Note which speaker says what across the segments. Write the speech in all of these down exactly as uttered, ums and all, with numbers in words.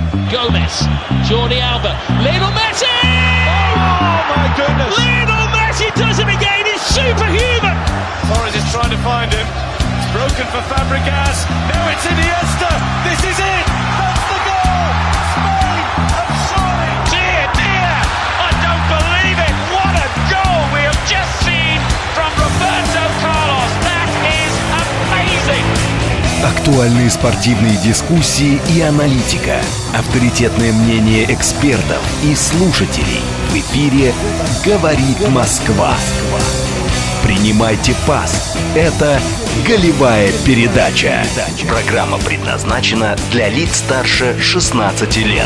Speaker 1: Gomez, Jordi Alba, Lionel Messi! Oh my goodness! Lionel Messi does it again, he's superhuman!
Speaker 2: Torres is trying to find him, it's broken for Fabregas, now it's Iniesta, this is it! That's the goal! Spain have soaring!
Speaker 1: Dear, dear, I don't believe it! What a goal we have just seen from Roberto Carlos! That is amazing!
Speaker 3: Актуальные спортивные дискуссии и аналитика. Авторитетное мнение экспертов и слушателей. В эфире «Говорит Москва». Принимайте пас. Это «Голевая передача». Программа предназначена для лиц старше шестнадцати лет.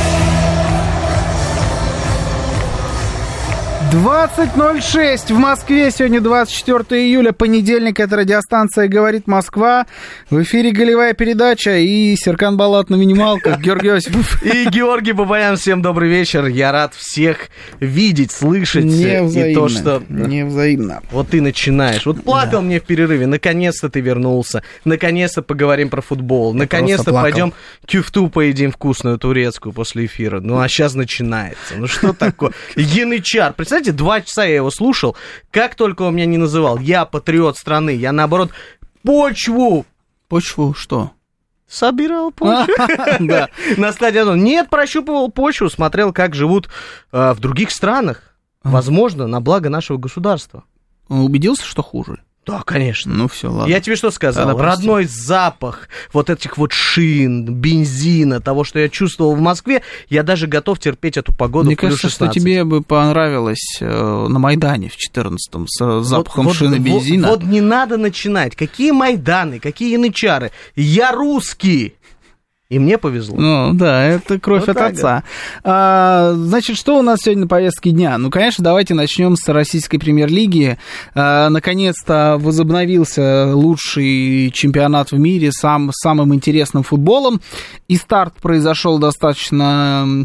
Speaker 4: двадцать ноль шесть в Москве. Сегодня двадцать четвёртого июля, понедельник. Это радиостанция «Говорит Москва». В эфире «Голевая передача» и Серкан Балат на минималках. Георгий Осипов.
Speaker 5: И Георгий Бабаян. Всем добрый вечер. Я рад всех видеть, слышать.
Speaker 4: Невзаимно.
Speaker 5: И то, что...
Speaker 4: Невзаимно.
Speaker 5: Вот ты начинаешь. Вот плакал да. мне в перерыве. Наконец-то ты вернулся. Наконец-то поговорим про футбол. Я Наконец-то пойдем кюфту поедим вкусную турецкую после эфира. Ну, а сейчас начинается. Ну, что такое? Янычар. Представляете, два часа я его слушал. Как только он меня не называл. Я патриот страны. Я, наоборот, почву...
Speaker 4: Почву что?
Speaker 5: Собирал почву. Да. На стадионе. Нет, прощупывал почву. Смотрел, как живут в других странах. Возможно, на благо нашего государства.
Speaker 4: Убедился, что хуже?
Speaker 5: Да, конечно.
Speaker 4: Ну все, ладно.
Speaker 5: Я тебе что сказал?
Speaker 4: Тогда
Speaker 5: Родной запах вот этих вот шин, бензина, того, что я чувствовал в Москве, я даже готов терпеть эту погоду.
Speaker 4: Мне кажется, что тебе бы понравилось э, на Майдане в четырнадцатом с запахом
Speaker 5: вот,
Speaker 4: шин и бензина.
Speaker 5: Вот, вот не надо начинать. Какие Майданы, какие янычары? Я русский. И мне повезло.
Speaker 4: Ну, да, это кровь вот от отца. А, значит, что у нас сегодня на повестке дня? Ну, конечно, давайте начнем с российской премьер-лиги. А, наконец-то возобновился лучший чемпионат в мире сам, с самым интересным футболом. И старт произошел достаточно...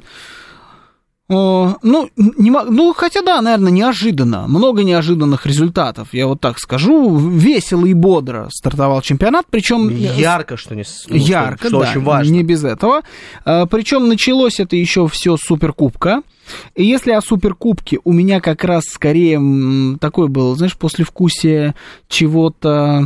Speaker 4: Ну, не, ну, хотя да, наверное, неожиданно. Много неожиданных результатов, я вот так скажу. Весело и бодро стартовал чемпионат, причем...
Speaker 5: Ярко, что не... Ну,
Speaker 4: ярко,
Speaker 5: что,
Speaker 4: да,
Speaker 5: что очень важно.
Speaker 4: Не без этого. Причем началось это еще все с Суперкубка. И если о Суперкубке у меня как раз скорее такой был, знаешь, послевкусие чего-то,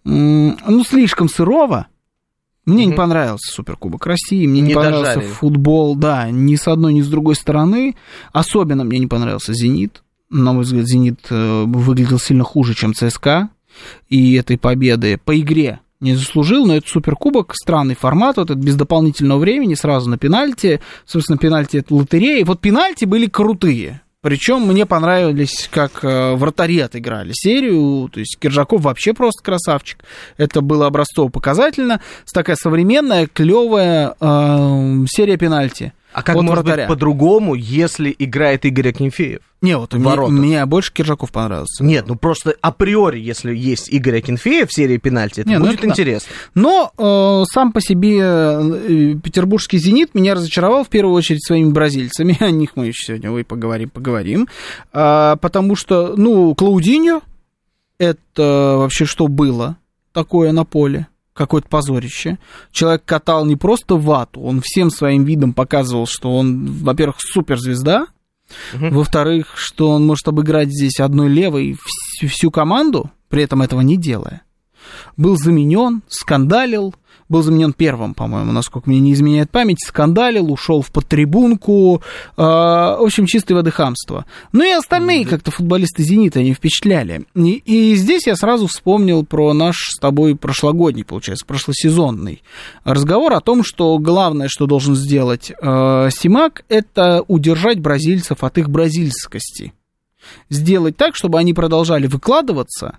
Speaker 4: ну, слишком сырого. Мне mm-hmm. не понравился Суперкубок России, мне не, не понравился дожали. Футбол, да, ни с одной, ни с другой стороны. Особенно мне не понравился «Зенит». На мой взгляд, «Зенит» выглядел сильно хуже, чем ЦСКА. И этой победы по игре не заслужил, но это Суперкубок, странный формат, вот это без дополнительного времени, сразу на пенальти. Собственно, пенальти — это лотерея. И вот пенальти были крутые. Причем мне понравились, как э, вратари отыграли серию, то есть Киржаков вообще просто красавчик. Это было образцово-показательно, такая современная, клевая э, серия пенальти.
Speaker 5: А как может вратаря. Быть по-другому, если играет Игорь Акинфеев?
Speaker 4: Не, вот мне, мне больше Киржаков понравился.
Speaker 5: Нет, ну просто априори, если есть Игорь Акинфеев в серии пенальти, это Не, будет ну это интересно.
Speaker 4: Да. Но э, сам по себе э, петербургский «Зенит» меня разочаровал в первую очередь своими бразильцами. О них мы еще сегодня ой, поговорим, поговорим. Э, потому что, ну, Клаудиньо, это вообще что было такое на поле? Какое-то позорище. Человек катал не просто вату, он всем своим видом показывал, что он, во-первых, суперзвезда, uh-huh. во-вторых, что он может обыграть здесь одной левой всю, всю команду, при этом этого не делая. Был заменен, скандалил, был заменен первым, по-моему, насколько мне не изменяет память, скандалил, ушел в подтрибунку, э, в общем, чистой воды хамство. Ну и остальные как-то футболисты «Зенита» не впечатляли. И, и здесь я сразу вспомнил про наш с тобой прошлогодний, получается, прошлосезонный разговор о том, что главное, что должен сделать э, Симак, это удержать бразильцев от их бразильскости. Сделать так, чтобы они продолжали выкладываться,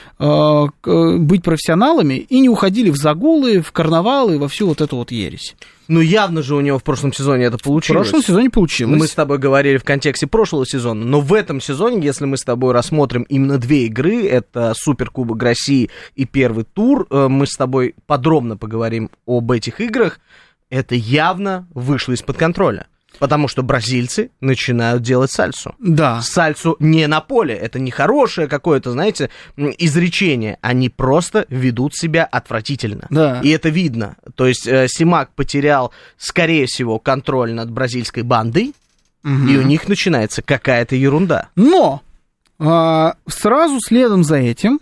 Speaker 4: быть профессионалами и не уходили в загулы, в карнавалы, во всю вот эту вот ересь.
Speaker 5: Ну, явно же у него в прошлом сезоне это получилось.
Speaker 4: В прошлом сезоне получилось.
Speaker 5: Мы с тобой говорили в контексте прошлого сезона, но в этом сезоне, если мы с тобой рассмотрим именно две игры, это Суперкубок России и первый тур, мы с тобой подробно поговорим об этих играх, это явно вышло из-под контроля. Потому что бразильцы начинают делать сальсу.
Speaker 4: Да.
Speaker 5: Сальсу не на поле. Это не хорошее какое-то, знаете, изречение. Они просто ведут себя отвратительно.
Speaker 4: Да.
Speaker 5: И это видно. То есть э, Симак потерял, скорее всего, контроль над бразильской бандой, угу. и у них начинается какая-то ерунда.
Speaker 4: Но а, сразу следом за этим,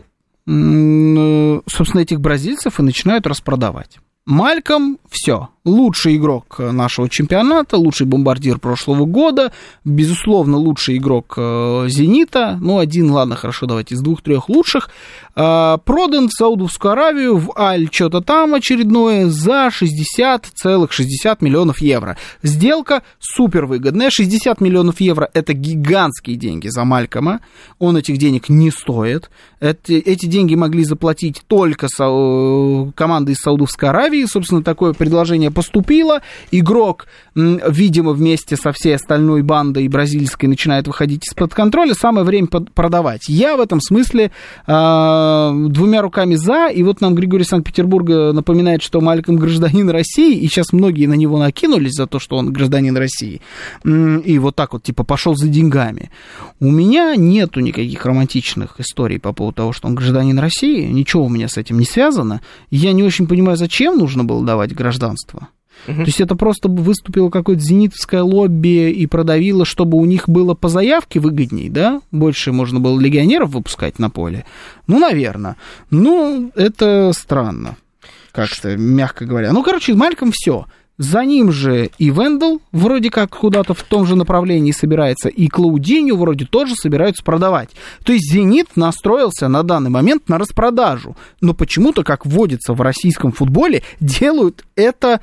Speaker 4: собственно, этих бразильцев и начинают распродавать. Мальком, все, лучший игрок нашего чемпионата, лучший бомбардир прошлого года, безусловно, лучший игрок э, «Зенита», ну, один, ладно, хорошо, давайте, из двух-трех лучших, э, продан в Саудовскую Аравию, в Аль что-то там очередное, за шестьдесят целых шестьдесят миллионов евро. Сделка супервыгодная, шестьдесят миллионов евро – это гигантские деньги за Малькома, он этих денег не стоит, эти, эти деньги могли заплатить только са- команды из Саудовской Аравии, собственно, такое предложение поступило. Игрок, видимо, вместе со всей остальной бандой бразильской начинает выходить из-под контроля. Самое время продавать. Я в этом смысле э, двумя руками за. И вот нам Григорий Санкт-Петербурга напоминает, что Мальком гражданин России. И сейчас многие на него накинулись за то, что он гражданин России. И вот так вот, типа, пошел за деньгами. У меня нету никаких романтичных историй по поводу того, что он гражданин России. Ничего у меня с этим не связано. Я не очень понимаю, зачем нужно было давать гражданство. Uh-huh. То есть это просто выступило какое-то зенитовское лобби и продавило, чтобы у них было по заявке выгодней, да? Больше можно было легионеров выпускать на поле. Ну, наверное. Ну, это странно, как-то, мягко говоря. Ну, короче, Мальком все. За ним же и Вендел вроде как куда-то в том же направлении собирается, и Клаудиньо вроде тоже собираются продавать. То есть «Зенит» настроился на данный момент на распродажу. Но почему-то, как водится в российском футболе, делают это...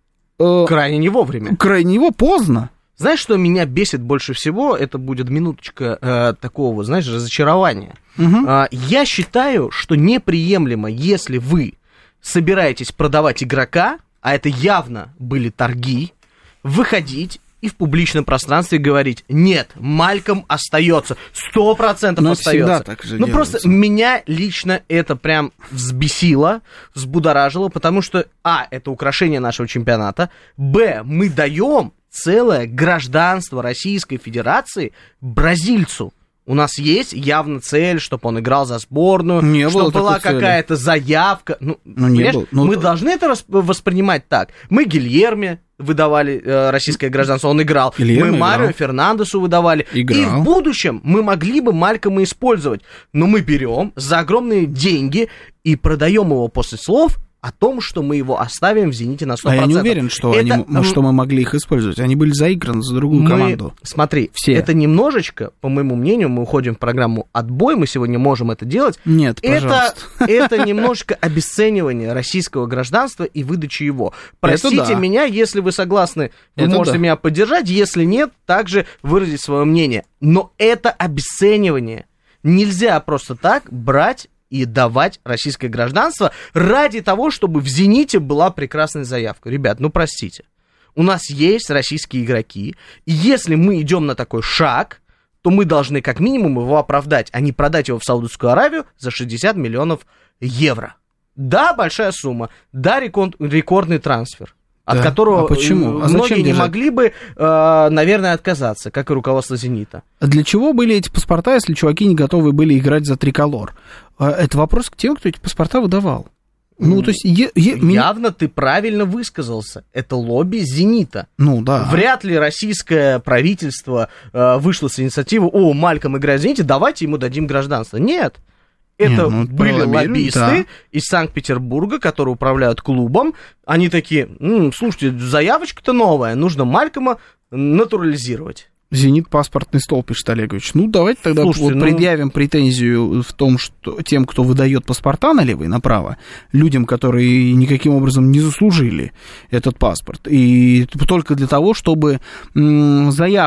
Speaker 5: Э, крайне не вовремя.
Speaker 4: Крайне его поздно.
Speaker 5: Знаешь, что меня бесит больше всего? Это будет минуточка э, такого, знаешь, разочарования. Угу. Э, я считаю, что неприемлемо, если вы собираетесь продавать игрока, а это явно были торги, выходить и в публичном пространстве говорить: нет, Мальком остается, сто процентов остается.
Speaker 4: Так же
Speaker 5: ну,
Speaker 4: делается.
Speaker 5: Просто меня лично это прям взбесило, взбудоражило, потому что, а, это украшение нашего чемпионата, б, мы даем целое гражданство Российской Федерации бразильцу. У нас есть явно цель, чтобы он играл за сборную,
Speaker 4: не
Speaker 5: чтобы была какая-то заявка. Ну, ну, не было. Ну, мы то... должны это воспринимать так. Мы Гильерме выдавали э, российское гражданство, он играл.
Speaker 4: Гильермо
Speaker 5: мы Марио
Speaker 4: играл.
Speaker 5: Фернандесу выдавали.
Speaker 4: Играл.
Speaker 5: И в будущем мы могли бы Малькома использовать. Но мы берем за огромные деньги и продаем его после слов о том, что мы его оставим в «Зените» на сто процентов.
Speaker 4: А я не уверен, что,
Speaker 5: это,
Speaker 4: они, что мы могли их использовать. Они были заиграны за другую
Speaker 5: мы,
Speaker 4: команду.
Speaker 5: Смотри,
Speaker 4: все.
Speaker 5: Это немножечко, по моему мнению, мы уходим в программу «Отбой», мы сегодня можем это делать.
Speaker 4: Нет,
Speaker 5: это, это немножечко обесценивание российского гражданства и выдачи его. Простите
Speaker 4: да.
Speaker 5: меня, если вы согласны, вы
Speaker 4: это
Speaker 5: можете
Speaker 4: да.
Speaker 5: меня поддержать, если нет, также выразить свое мнение. Но это обесценивание. Нельзя просто так брать и давать российское гражданство ради того, чтобы в «Зените» была прекрасная заявка. Ребят, ну простите, у нас есть российские игроки, и если мы идем на такой шаг, то мы должны как минимум его оправдать, а не продать его в Саудовскую Аравию за шестьдесят миллионов евро. Да, большая сумма, да, рекордный трансфер, от
Speaker 4: да.
Speaker 5: которого
Speaker 4: а почему? А
Speaker 5: многие не
Speaker 4: держать?
Speaker 5: могли бы, э, наверное, отказаться, как и руководство «Зенита».
Speaker 4: А для чего были эти паспорта, если чуваки не готовы были играть за триколор? Это вопрос к тем, кто эти паспорта выдавал. Ну, то есть... Е- е-
Speaker 5: Явно ты правильно высказался. Это лобби «Зенита».
Speaker 4: Ну, да.
Speaker 5: Вряд ли российское правительство э, вышло с инициативой: о, Мальком играет в «Зените», давайте ему дадим гражданство. Нет. Это
Speaker 4: Не, ну,
Speaker 5: были лоббисты
Speaker 4: да.
Speaker 5: из Санкт-Петербурга, которые управляют клубом. Они такие: м-м, слушайте, заявочка-то новая, нужно Малькома натурализировать.
Speaker 4: «Зенит» паспортный стол, пишет Олегович. Ну, давайте тогда
Speaker 5: Слушайте,
Speaker 4: вот
Speaker 5: ну...
Speaker 4: предъявим претензию в том, что тем, кто выдает паспорта налево и направо, людям, которые никаким образом не заслужили этот паспорт. И только для того, чтобы м- заявку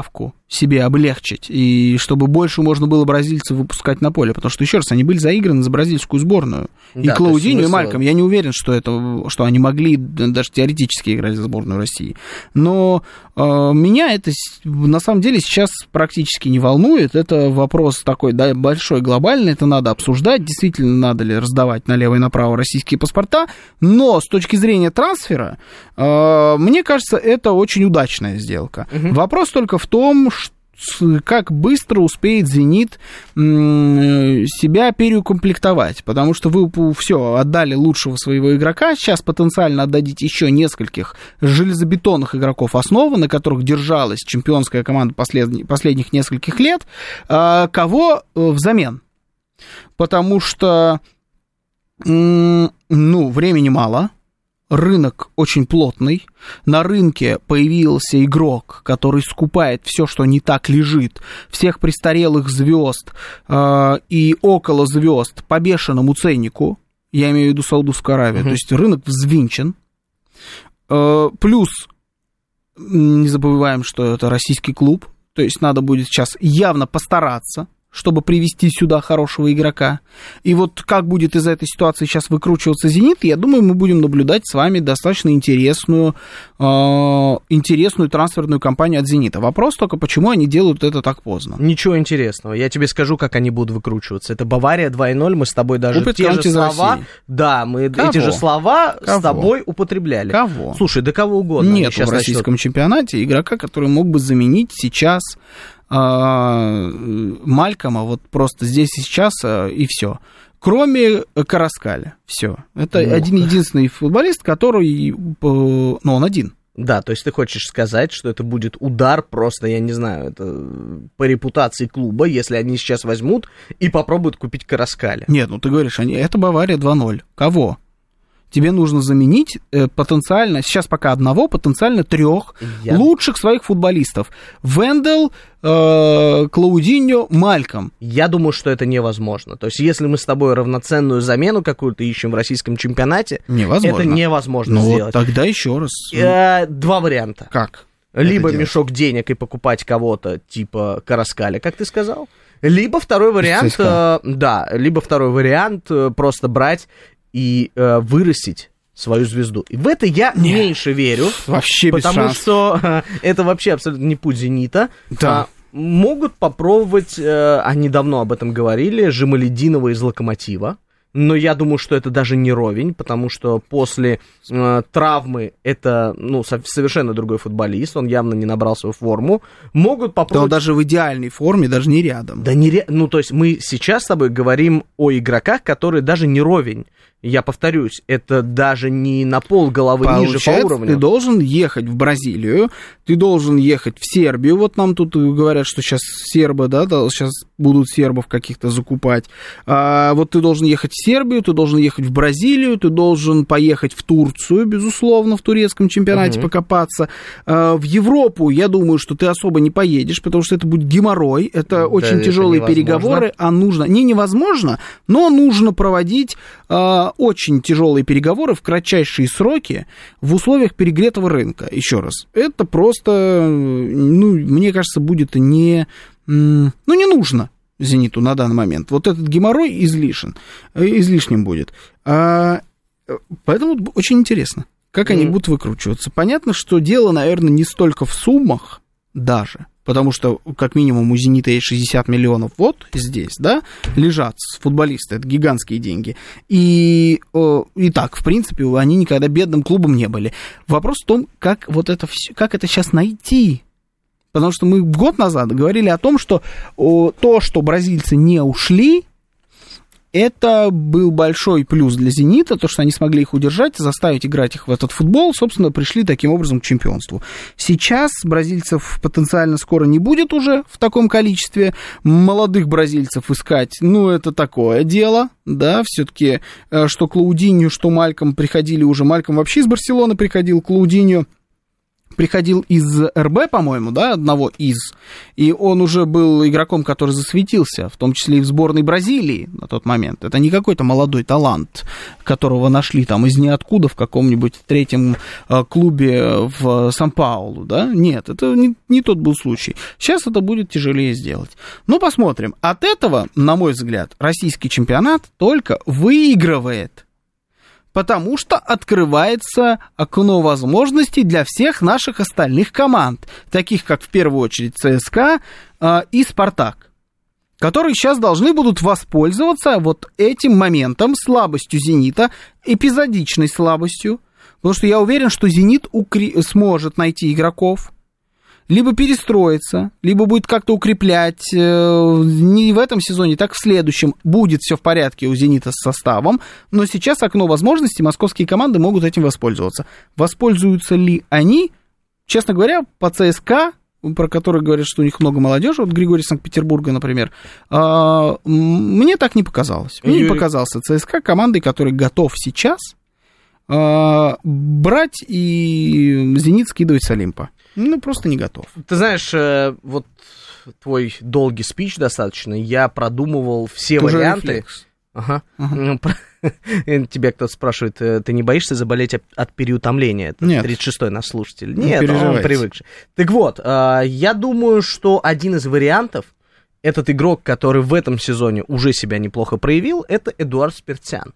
Speaker 4: себе облегчить, и чтобы больше можно было бразильцев выпускать на поле, потому что, еще раз, они были заиграны за бразильскую сборную. Да, и Клаудиньо, и Мальком, я не уверен, что, это, что они могли даже теоретически играть за сборную России. Но э, меня это, на самом деле, сейчас практически не волнует. Это вопрос такой, да, большой, глобальный, это надо обсуждать, действительно, надо ли раздавать налево и направо российские паспорта, но с точки зрения трансфера, э, мне кажется, это очень удачная сделка. Угу. Вопрос только в том, что как быстро успеет «Зенит» себя переукомплектовать, потому что вы все отдали лучшего своего игрока, сейчас потенциально отдадите еще нескольких железобетонных игроков основы, на которых держалась чемпионская команда послед... последних нескольких лет, кого взамен? Потому что, ну, времени мало, рынок очень плотный, на рынке появился игрок, который скупает все, что не так лежит, всех престарелых звезд э, и около звезд по бешеному ценнику, я имею в виду Саудовскую Аравию, uh-huh. то есть рынок взвинчен, э, плюс не забываем, что это российский клуб, то есть надо будет сейчас явно постараться, чтобы привести сюда хорошего игрока. И вот как будет из этой ситуации сейчас выкручиваться «Зенит», я думаю, мы будем наблюдать с вами достаточно интересную, э, интересную трансферную кампанию от «Зенита». Вопрос только, почему они делают это так поздно.
Speaker 5: Ничего интересного. Я тебе скажу, как они будут выкручиваться. Это Бавария два ноль, мы с тобой даже
Speaker 4: Опыт
Speaker 5: те же слова...
Speaker 4: России.
Speaker 5: Да, мы
Speaker 4: Кого?
Speaker 5: эти же слова
Speaker 4: Кого?
Speaker 5: с тобой употребляли.
Speaker 4: Кого?
Speaker 5: Слушай, да кого угодно.
Speaker 4: Нет в российском начнут... чемпионате игрока, который мог бы заменить сейчас... Малькома, вот просто здесь и сейчас, и все. Кроме Караскаля. Все. Это ну, один-единственный футболист, который... Ну, он один.
Speaker 5: Да, то есть ты хочешь сказать, что это будет удар просто, я не знаю, это по репутации клуба, если они сейчас возьмут и попробуют купить Караскаля.
Speaker 4: Нет, ну ты говоришь, они, это Бавария два ноль. Кого? Тебе нужно заменить э, потенциально, сейчас пока одного, потенциально трех Я... лучших своих футболистов. Вендел, э, Клаудиньо, Мальком.
Speaker 5: Я думаю, что это невозможно. То есть, если мы с тобой равноценную замену какую-то ищем в российском чемпионате, невозможно. Это невозможно ну, сделать.
Speaker 4: Вот тогда еще раз.
Speaker 5: Э, два варианта.
Speaker 4: Как?
Speaker 5: Либо мешок денег и покупать кого-то типа Караскаля, как ты сказал. Либо второй вариант, э, да, либо второй вариант э, просто брать и э, вырастить свою звезду. И в это я Нет. меньше верю.
Speaker 4: Вообще без
Speaker 5: Потому
Speaker 4: шансов.
Speaker 5: что э, это вообще абсолютно не путь «Зенита».
Speaker 4: Да.
Speaker 5: А, могут попробовать, э, они давно об этом говорили, Жамалединова из «Локомотива». Но я думаю, что это даже не ровень, потому что после э, травмы это ну, со- совершенно другой футболист, он явно не набрал свою форму. Могут попробовать...
Speaker 4: Да он даже в идеальной форме, даже не рядом.
Speaker 5: Да не рядом. Ну, то есть мы сейчас с тобой говорим о игроках, которые даже не ровень. Я повторюсь, это даже не на пол головы
Speaker 4: Получается,
Speaker 5: ниже по уровню.
Speaker 4: Ты должен ехать в Бразилию, ты должен ехать в Сербию. Вот нам тут говорят, что сейчас сербы, да, сейчас будут сербов каких-то закупать. А, вот ты должен ехать в Сербию, ты должен ехать в Бразилию, ты должен поехать в Турцию, безусловно, в турецком чемпионате uh-huh. покопаться. А, в Европу, я думаю, что ты особо не поедешь, потому что это будет геморрой, это да, очень это тяжелые невозможно. переговоры, а нужно, не невозможно, но нужно проводить... А, очень тяжелые переговоры в кратчайшие сроки в условиях перегретого рынка. Еще раз, это просто, ну, мне кажется, будет не, ну, не нужно «Зениту» на данный момент. Вот этот геморрой излишен, излишним будет. А, поэтому очень интересно, как mm. они будут выкручиваться. Понятно, что дело, наверное, не столько в суммах даже, потому что, как минимум, у «Зенита» есть шестьдесят миллионов вот здесь, да, лежат футболисты, это гигантские деньги. И, и так, в принципе, они никогда бедным клубом не были. Вопрос в том, как вот это все, как это сейчас найти. Потому что мы год назад говорили о том, что о, то, что бразильцы не ушли, это был большой плюс для «Зенита», то, что они смогли их удержать, заставить играть их в этот футбол, собственно, пришли таким образом к чемпионству. Сейчас бразильцев потенциально скоро не будет уже в таком количестве, молодых бразильцев искать, ну, это такое дело, да, все-таки, что Клаудиньо, что Мальком приходили уже, Мальком вообще из Барселоны приходил, Клаудиньо приходил из эр бэ, по-моему, да, одного из, и он уже был игроком, который засветился, в том числе и в сборной Бразилии на тот момент. Это не какой-то молодой талант, которого нашли там из ниоткуда в каком-нибудь третьем э, клубе в Сан-Паулу, да? Нет, это не, не тот был случай. Сейчас это будет тяжелее сделать. Ну, посмотрим. От этого, на мой взгляд, российский чемпионат только выигрывает. Потому что открывается окно возможностей для всех наших остальных команд, таких как в первую очередь ЦСКА э, и Спартак, которые сейчас должны будут воспользоваться вот этим моментом, слабостью «Зенита», эпизодичной слабостью, потому что я уверен, что «Зенит» укр... сможет найти игроков, либо перестроиться, либо будет как-то укреплять, э, не в этом сезоне, так в следующем будет все в порядке у «Зенита» с составом, но сейчас окно возможностей, московские команды могут этим воспользоваться. Воспользуются ли они? Честно говоря, по ЦСКА, про который говорят, что у них много молодежи, вот Григорий Санкт-Петербурга, например, э, мне так не показалось. Мне Юрий... не показался ЦСКА командой, который готов сейчас э, брать и «Зенит» скидывать с Олимпа. Ну, просто не готов.
Speaker 5: Ты знаешь, вот твой долгий спич достаточно, я продумывал все
Speaker 4: Тоже
Speaker 5: варианты.
Speaker 4: Рефлекс.
Speaker 5: Ага. ага. Тебя кто-то спрашивает, ты не боишься заболеть от переутомления? Это
Speaker 4: Нет.
Speaker 5: тридцать шестой наш слушатель.
Speaker 4: Не
Speaker 5: Нет,
Speaker 4: переживайте.
Speaker 5: Он привыкший. Так вот, я думаю, что один из вариантов, этот игрок, который в этом сезоне уже себя неплохо проявил, это Эдуард Спиртян.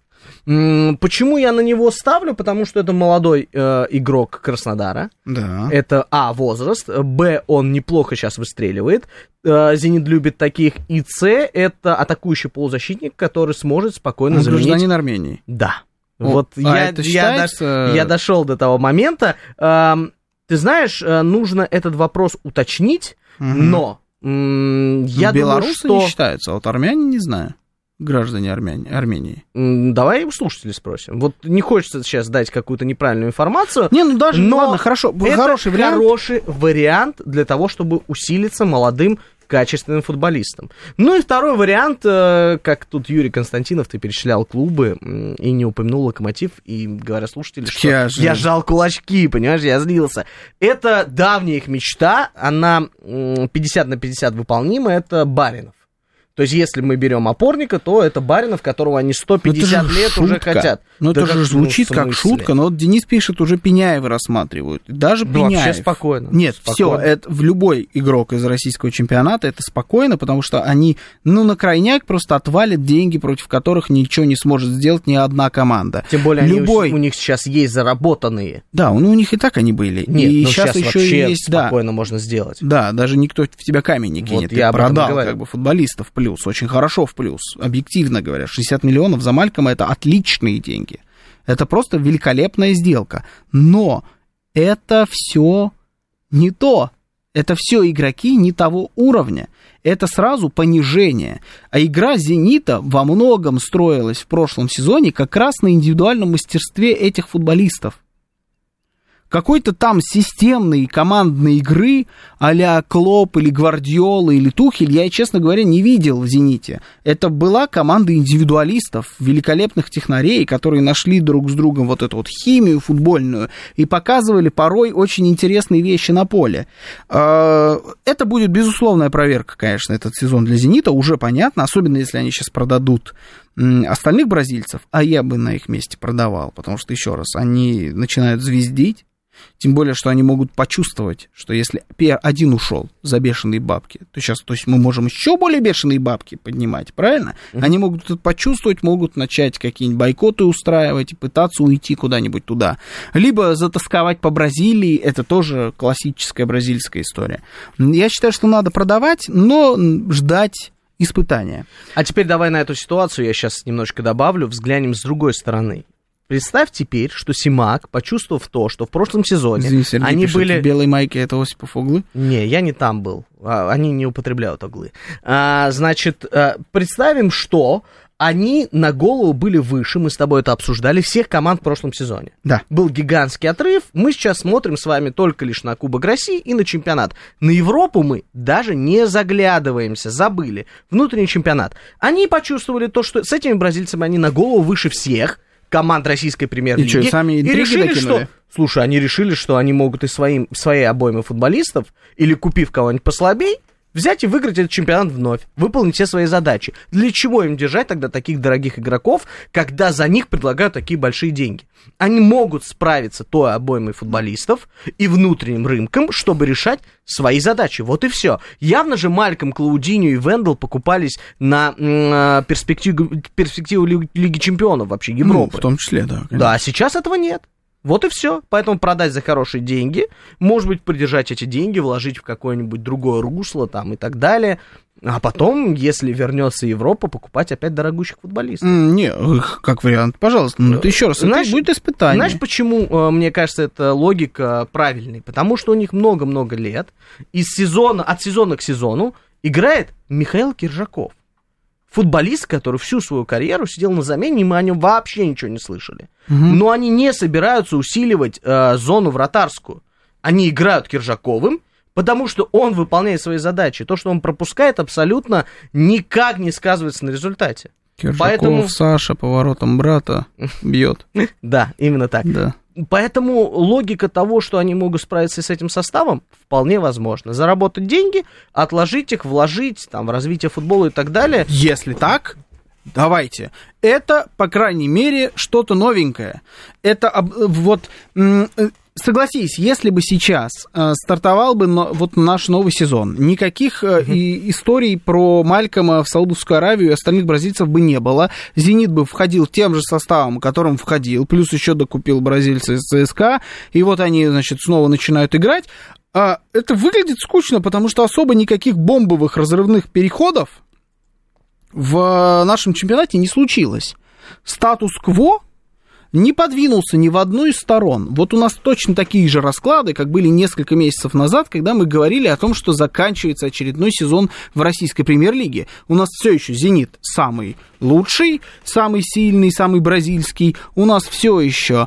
Speaker 5: Почему я на него ставлю? Потому что это молодой э, игрок Краснодара.
Speaker 4: Да.
Speaker 5: Это, а, возраст, б, он неплохо сейчас выстреливает. Э, «Зенит» любит таких. И, с, это атакующий полузащитник, который сможет спокойно
Speaker 4: Он
Speaker 5: заменить...
Speaker 4: гражданин Армении.
Speaker 5: Да.
Speaker 4: О,
Speaker 5: вот
Speaker 4: а
Speaker 5: я,
Speaker 4: это
Speaker 5: я,
Speaker 4: считается...
Speaker 5: до, я дошел до того момента. Э, ты знаешь, нужно этот вопрос уточнить, угу. но м- я
Speaker 4: Белорусы
Speaker 5: думаю, что...
Speaker 4: не считаются, а вот армяне не знаю. Граждане Армянии, Армении.
Speaker 5: Давай у слушателей спросим. Вот не хочется сейчас дать какую-то неправильную информацию.
Speaker 4: Не, ну даже,
Speaker 5: но
Speaker 4: ладно, хорошо,
Speaker 5: это
Speaker 4: хороший вариант.
Speaker 5: хороший вариант для того, чтобы усилиться молодым качественным футболистом. Ну и второй вариант, как тут Юрий Константинов, ты перечислял клубы и не упомянул «Локомотив», и говорят слушатели, что
Speaker 4: я, же...
Speaker 5: я сжал кулачки, понимаешь, я злился. Это давняя их мечта, она пятьдесят на пятьдесят выполнима, это Баринов. То есть, если мы берем опорника, то это Баринов, которого они сто пятьдесят лет
Speaker 4: шутка.
Speaker 5: уже хотят.
Speaker 4: Ну,
Speaker 5: да
Speaker 4: это
Speaker 5: как,
Speaker 4: же звучит
Speaker 5: ну,
Speaker 4: как шутка, но вот Денис пишет, уже Пеняева рассматривают. Даже
Speaker 5: ну,
Speaker 4: Пеняев.
Speaker 5: вообще спокойно.
Speaker 4: Нет,
Speaker 5: спокойно.
Speaker 4: все, это в любой игрок из российского чемпионата это спокойно, потому что они, ну, на крайняк просто отвалят деньги, против которых ничего не сможет сделать ни одна команда.
Speaker 5: Тем более,
Speaker 4: любой...
Speaker 5: они, у них сейчас есть заработанные.
Speaker 4: Да, ну, у них и так они были.
Speaker 5: Нет,
Speaker 4: и
Speaker 5: ну,
Speaker 4: сейчас,
Speaker 5: сейчас
Speaker 4: еще есть,
Speaker 5: спокойно
Speaker 4: да.
Speaker 5: можно сделать.
Speaker 4: Да, даже никто в тебя камень не кинет.
Speaker 5: Вот я
Speaker 4: Ты продал
Speaker 5: говорю.
Speaker 4: как бы футболистов плюс, очень хорошо в плюс. Объективно говоря, шестьдесят миллионов за Малькома это отличные деньги. Это просто великолепная сделка. Но это все не то. Это все игроки не того уровня. Это сразу понижение. А игра «Зенита» во многом строилась в прошлом сезоне как раз на индивидуальном мастерстве этих футболистов. Какой-то там системной командной игры а-ля Клоп или Гвардиола или Тухель я, честно говоря, не видел в «Зените». Это была команда индивидуалистов, великолепных технарей, которые нашли друг с другом вот эту вот химию футбольную и показывали порой очень интересные вещи на поле. Это будет безусловная проверка, конечно, этот сезон для «Зенита», уже понятно, особенно если они сейчас продадут остальных бразильцев, а я бы на их месте продавал, потому что, еще раз, они начинают звездить. Тем более, что они могут почувствовать, что если один ушел за бешеные бабки, то сейчас, то есть мы можем еще более бешеные бабки поднимать, правильно? Mm-hmm. Они могут это почувствовать, могут начать какие-нибудь бойкоты устраивать и пытаться уйти куда-нибудь туда. Либо затасковать по Бразилии, это тоже классическая бразильская история. Я считаю, что надо продавать, но ждать испытания.
Speaker 5: А теперь давай на эту ситуацию, я сейчас немножко добавлю, взглянем с другой стороны. Представь теперь, что Симак, почувствовав то, что в прошлом сезоне
Speaker 4: Извини, Сергей,
Speaker 5: они
Speaker 4: пишет,
Speaker 5: были...
Speaker 4: в белой майке это Осипов углы?
Speaker 5: Не, я не там был. Они не употребляют углы. А, значит, представим, что они на голову были выше, мы с тобой это обсуждали, всех команд в прошлом сезоне.
Speaker 4: Да.
Speaker 5: Был гигантский отрыв, мы сейчас смотрим с вами только лишь на Кубок России и на чемпионат. На Европу мы даже не заглядываемся, забыли. Внутренний чемпионат. Они почувствовали то, что с этими бразильцами они на голову выше всех. команд российской премьер-лиги.
Speaker 4: И что, сами интриги
Speaker 5: и решили,
Speaker 4: докинули?
Speaker 5: что... Слушай, они решили, что они могут из своим, своей обоймы футболистов, или купив кого-нибудь послабей, взять и выиграть этот чемпионат вновь, выполнить все свои задачи. Для чего им держать тогда таких дорогих игроков, когда за них предлагают такие большие деньги? Они могут справиться той обоймой футболистов и внутренним рынком, чтобы решать свои задачи. Вот и все. Явно же Мальком, Клаудиньо и Вендел покупались на м- перспективу, перспективу Лиги Чемпионов вообще Европы.
Speaker 4: Ну, в том числе, да. Конечно.
Speaker 5: Да, а сейчас этого нет. Вот и все. Поэтому продать за хорошие деньги, может быть, придержать эти деньги, вложить в какое-нибудь другое русло там и так далее. А потом, если вернется Европа, покупать опять дорогущих футболистов.
Speaker 4: Mm, не, как вариант, пожалуйста. Ну, это еще раз, знаешь, это будет испытание.
Speaker 5: Знаешь, почему, мне кажется, эта логика правильной? Потому что у них много-много лет, из сезона, от сезона к сезону играет Михаил Киржаков. Футболист, который всю свою карьеру сидел на замене, и мы о нем вообще ничего не слышали. Угу. Но они не собираются усиливать э, зону вратарскую. Они играют Киржаковым, потому что он выполняет свои задачи. То, что он пропускает, абсолютно никак не сказывается на результате.
Speaker 4: Киржаков,
Speaker 5: Поэтому...
Speaker 4: Саша поворотом брата бьет.
Speaker 5: Да, именно так.
Speaker 4: Да.
Speaker 5: Поэтому логика того, что они могут справиться с этим составом, вполне возможно. Заработать деньги, отложить их, вложить там, в развитие футбола и так далее.
Speaker 4: Если так, давайте. Это, по крайней мере, что-то новенькое. Это вот... Согласись, если бы сейчас э, стартовал бы но, вот наш новый сезон, никаких э, uh-huh. и, историй про Малькома в Саудовскую Аравию и остальных бразильцев бы не было. «Зенит» бы входил тем же составом, которым входил, плюс еще докупил бразильца из ЦСКА, и вот они, значит, снова начинают играть. А это выглядит скучно, потому что особо никаких бомбовых разрывных переходов в нашем чемпионате не случилось. Статус-кво не подвинулся ни в одну из сторон. Вот у нас точно такие же расклады, как были несколько месяцев назад, когда мы говорили о том, что заканчивается очередной сезон в российской премьер-лиге. У нас все еще «Зенит» самый лучший, самый сильный, самый бразильский. У нас все еще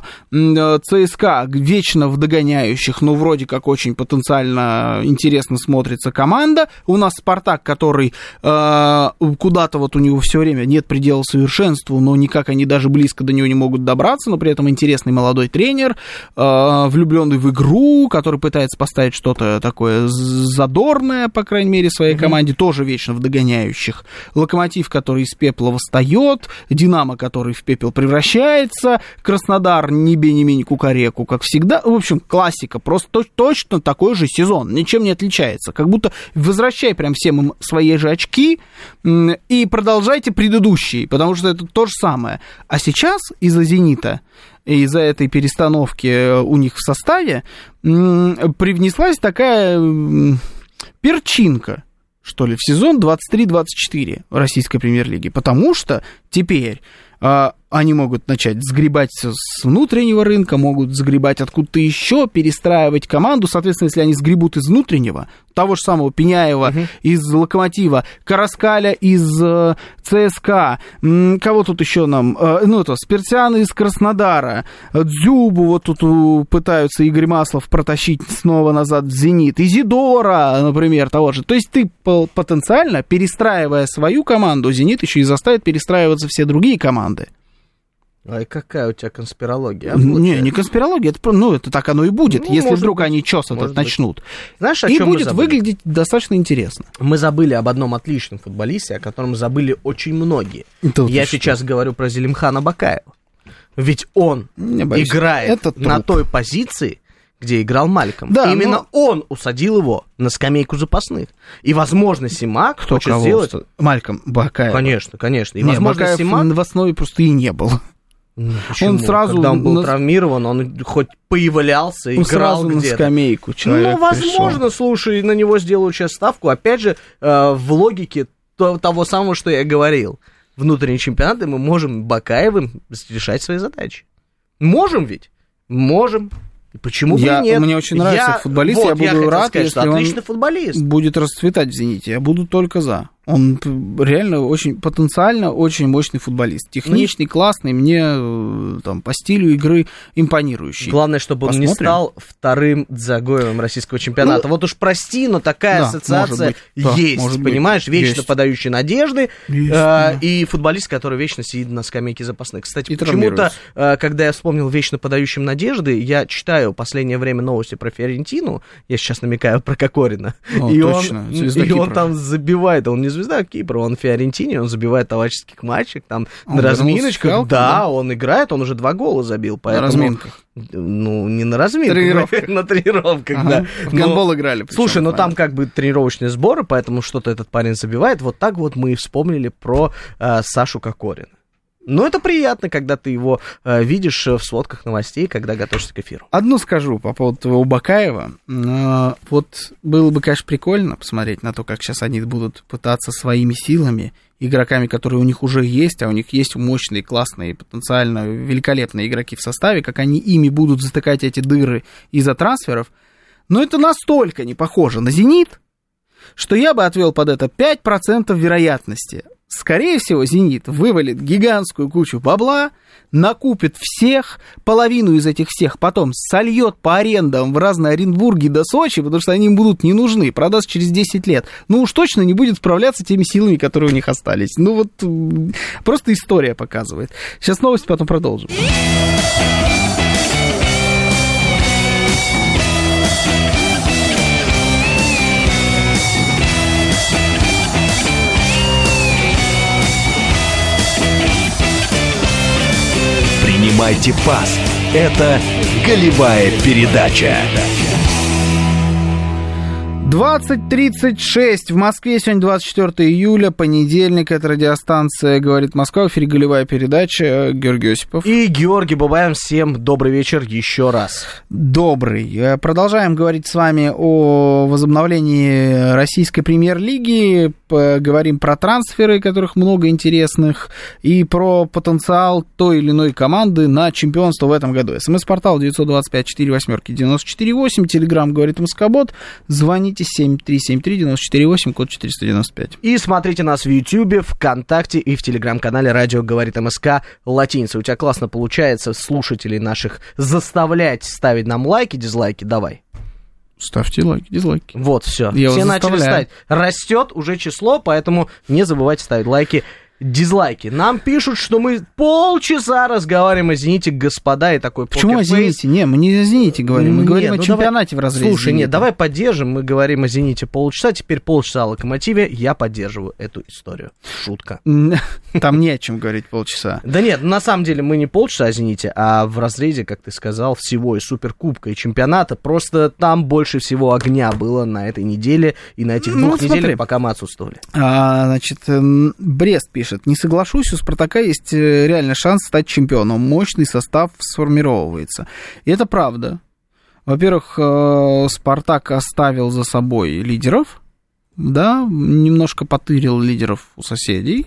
Speaker 4: ЦСКА вечно в догоняющих, но вроде как очень потенциально интересно смотрится команда. У нас «Спартак», который э, куда-то вот у него все время нет предела совершенству, но никак они даже близко до него не могут добраться, но при этом интересный молодой тренер, э, влюбленный в игру, который пытается поставить что-то такое задорное, по крайней мере, своей mm-hmm. команде, тоже вечно в догоняющих. «Локомотив», который из пепла восстает, «Динамо», который в пепел превращается, «Краснодар» ни бе ни мень кукареку, как всегда. В общем, классика, просто точно такой же сезон, ничем не отличается. Как будто возвращай прям всем им свои же очки и продолжайте предыдущие, потому что это то же самое. А сейчас из-за «Зенита», из-за этой перестановки у них в составе привнеслась такая перчинка, что ли, в сезон двадцать три двадцать четыре российской премьер-лиги, потому что теперь а, они могут начать сгребать с внутреннего рынка, могут сгребать откуда-то еще, перестраивать команду. Соответственно, если они сгребут из внутреннего, того же самого Пеняева uh-huh. из «Локомотива», Караскаля из э, ЦСКА, м, кого тут еще нам, э, ну, это, Спиртяна из Краснодара, Дзюбу вот тут у, пытаются Игорь Маслов протащить снова назад в «Зенит», Изидора, например, того же. То есть ты потенциально, перестраивая свою команду, «Зенит» еще и заставит перестраиваться все другие команды.
Speaker 5: Ай, какая у тебя конспирология?
Speaker 4: Не, не конспирология, это, ну, это так оно и будет, ну, если вдруг быть, они чес этот начнут.
Speaker 5: Знаешь, о
Speaker 4: и
Speaker 5: чем
Speaker 4: будет выглядеть достаточно интересно.
Speaker 5: Мы забыли об одном отличном футболисте, о котором забыли очень многие. Это Я сейчас что? говорю про Зелимхана Бакаева. Ведь он боюсь, играет на той позиции, где играл Мальком. Да, Именно но... он усадил его на скамейку запасных. И, возможно, Симак
Speaker 4: Кто
Speaker 5: хочет
Speaker 4: кого?
Speaker 5: сделать...
Speaker 4: Мальком, Бакаев.
Speaker 5: Конечно, конечно. И,
Speaker 4: не,
Speaker 5: возможно,
Speaker 4: Бакаев
Speaker 5: Симак...
Speaker 4: в основе просто и не был.
Speaker 5: Ну, почему?
Speaker 4: Он сразу...
Speaker 5: Когда он был
Speaker 4: на...
Speaker 5: травмирован, он хоть появлялся, он играл
Speaker 4: сразу
Speaker 5: где-то.
Speaker 4: На скамейку человек
Speaker 5: Ну, возможно,
Speaker 4: пришел.
Speaker 5: Слушай, на него сделают сейчас ставку. Опять же, э, в логике то, того самого, что я говорил. Внутренние чемпионаты мы можем Бакаевым решать свои задачи. Можем ведь? Можем. Почему
Speaker 4: я,
Speaker 5: бы и нет?
Speaker 4: Мне очень нравится
Speaker 5: я,
Speaker 4: футболист,
Speaker 5: вот,
Speaker 4: я буду
Speaker 5: я
Speaker 4: рад,
Speaker 5: сказать,
Speaker 4: если
Speaker 5: отличный футболист.
Speaker 4: будет расцветать в «Зените». Я буду только за. Он реально очень потенциально очень мощный футболист. Техничный, ну, классный, мне там, по стилю игры импонирующий.
Speaker 5: Главное, чтобы Посмотрим. он не стал вторым Дзагоевым российского чемпионата. Ну, вот уж прости, но такая да, ассоциация да, есть, может понимаешь? Быть. Вечно есть. подающий надежды есть, э, да. и футболист, который вечно сидит на скамейке запасных. Кстати, и почему-то, э, когда я вспомнил вечно подающим надежды, я читаю в последнее время новости про Фиорентину, я сейчас намекаю про Кокорина, О, и, точно. он, и он там забивает, он не звезда Кипра, он в Фиорентине, он забивает товарищеских матчах, там он на разминочках, Фиалком, да, да, он играет, он уже два гола забил. Поэтому, на разминках? Ну, не на разминках,
Speaker 4: тренировках.
Speaker 5: на тренировках, ага. да.
Speaker 4: В гандбол играли.
Speaker 5: Причем, слушай, ну там как бы тренировочные сборы, поэтому что-то этот парень забивает. Вот так вот мы и вспомнили про э, Сашу Кокорина. Но это приятно, когда ты его э, видишь в сводках новостей, когда готовишься к эфиру.
Speaker 4: Одну скажу по поводу твоего Бакаева. Э, вот было бы, конечно, прикольно посмотреть на то, как сейчас они будут пытаться своими силами, игроками, которые у них уже есть, а у них есть мощные, классные, потенциально великолепные игроки в составе, как они ими будут затыкать эти дыры из-за трансферов. Но это настолько не похоже на «Зенит», что я бы отвел под это пять процентов вероятности. Скорее всего, «Зенит» вывалит гигантскую кучу бабла, накупит всех, половину из этих всех потом сольет по арендам в разные Оренбурги до Сочи, потому что они им будут не нужны, продаст через десять лет. Ну уж точно не будет справляться теми силами, которые у них остались. Ну вот, просто история показывает. Сейчас новости, потом продолжим.
Speaker 3: Принимайте пас. Это голевая передача.
Speaker 4: двадцать тридцать шесть в Москве, сегодня двадцать четвёртого июля, понедельник, это радиостанция «Говорит Москва», в эфире голевая передача, Георгий Осипов.
Speaker 5: И Георгий Бабаян, всем добрый вечер еще раз.
Speaker 4: Добрый. Продолжаем говорить с вами о возобновлении российской премьер-лиги, поговорим про трансферы, которых много интересных, и про потенциал той или иной команды на чемпионство в этом году. СМС-портал девять два пять четыре восемь девяносто четыре восемь, телеграм «Говорит Москобот», звоните семь три семь три девять четыре восемь, код четыреста девяносто пять.
Speaker 5: И смотрите нас в Ютьюбе, ВКонтакте и в телеграм-канале «Радио говорит МСК» латиница. У тебя классно получается слушателей наших заставлять ставить нам лайки, дизлайки, давай.
Speaker 4: Ставьте лайки, дизлайки.
Speaker 5: Вот, все.
Speaker 4: Я
Speaker 5: все начали ставить. Растет уже число, поэтому не забывайте ставить лайки, дизлайки. Нам пишут, что мы полчаса разговариваем о «Зените», господа, и такой
Speaker 4: Почему о «Зените»? Не, мы не о «Зените» говорим, мы нет, говорим ну о чемпионате
Speaker 5: давай,
Speaker 4: в разрезе.
Speaker 5: Слушай,
Speaker 4: «Зенита».
Speaker 5: Нет, давай поддержим, мы говорим о «Зените» полчаса, теперь полчаса о «Локомотиве», я поддерживаю эту историю. Шутка.
Speaker 4: Там не о чем говорить полчаса.
Speaker 5: Да нет, на самом деле мы не полчаса о «Зените», а в разрезе, как ты сказал, всего и Суперкубка, и чемпионата, просто там больше всего огня было на этой неделе и на этих двух ну, неделях, пока мы отсутствовали.
Speaker 4: А, значит, Брест пишет, не соглашусь, у «Спартака» есть реальный шанс стать чемпионом. Мощный состав сформировывается. И это правда. Во-первых, «Спартак» оставил за собой лидеров, да, немножко потырил лидеров у соседей.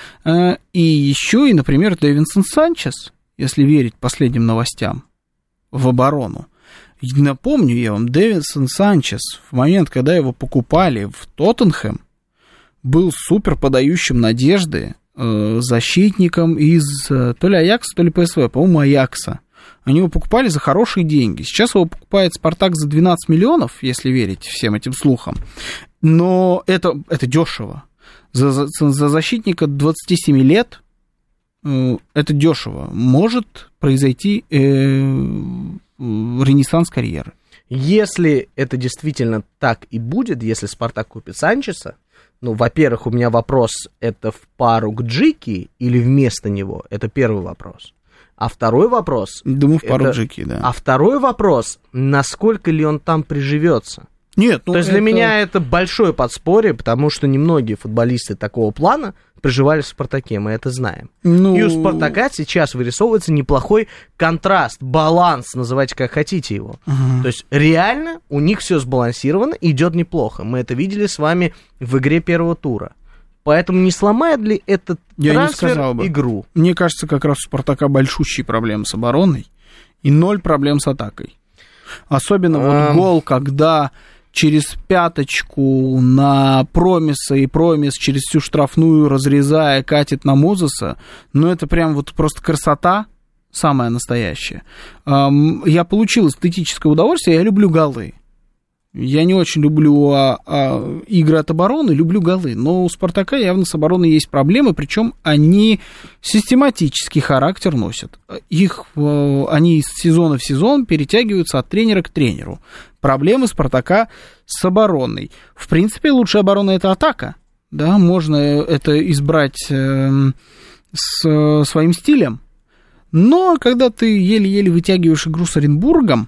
Speaker 4: И еще и, например, Дэвинсон Санчес, если верить последним новостям, в оборону. И напомню я вам, Дэвинсон Санчес в момент, когда его покупали в Тоттенхэм, был супер подающим надежды защитником из то ли Аякса, то ли ПСВ, по-моему, Аякса. Они его покупали за хорошие деньги. Сейчас его покупает «Спартак» за двенадцать миллионов, если верить всем этим слухам. Но это, это дешево. За, за, за защитника двадцати семи лет э, это дешево. Может произойти э, ренессанс карьеры.
Speaker 5: Если это действительно так и будет, если «Спартак» купит Санчеса, ну, во-первых, у меня вопрос, это в пару к Джики или вместо него? Это первый вопрос. А второй вопрос...
Speaker 4: Думаю, в пару
Speaker 5: это...
Speaker 4: к Джики, да.
Speaker 5: А второй вопрос, насколько ли он там приживется?
Speaker 4: Нет, ну
Speaker 5: То есть
Speaker 4: это...
Speaker 5: для меня это большое подспорье, потому что немногие футболисты такого плана проживали в «Спартаке», мы это знаем. Ну... И у «Спартака» сейчас вырисовывается неплохой контраст, баланс, называйте как хотите его. Uh-huh. То есть реально у них все сбалансировано, идет неплохо. Мы это видели с вами в игре первого тура. Поэтому не сломает ли этот
Speaker 4: Я
Speaker 5: трансфер
Speaker 4: не бы.
Speaker 5: игру?
Speaker 4: Мне кажется, как раз у «Спартака» большущие проблемы с обороной и ноль проблем с атакой. Особенно um... вот гол, когда через пяточку на Промиса, и Промис через всю штрафную, разрезая, катит на Мозеса. Ну, это прям вот просто красота самая настоящая. Я получил эстетическое удовольствие, я люблю голы. Я не очень люблю а, а, игры от обороны, люблю голы. Но у «Спартака» явно с обороной есть проблемы, причем они систематический характер носят. Их, они из сезона в сезон перетягиваются от тренера к тренеру. Проблемы «Спартака» с обороной. В принципе, лучшая оборона – это атака. Да, можно это избрать э, с своим стилем. Но когда ты еле-еле вытягиваешь игру с Оренбургом,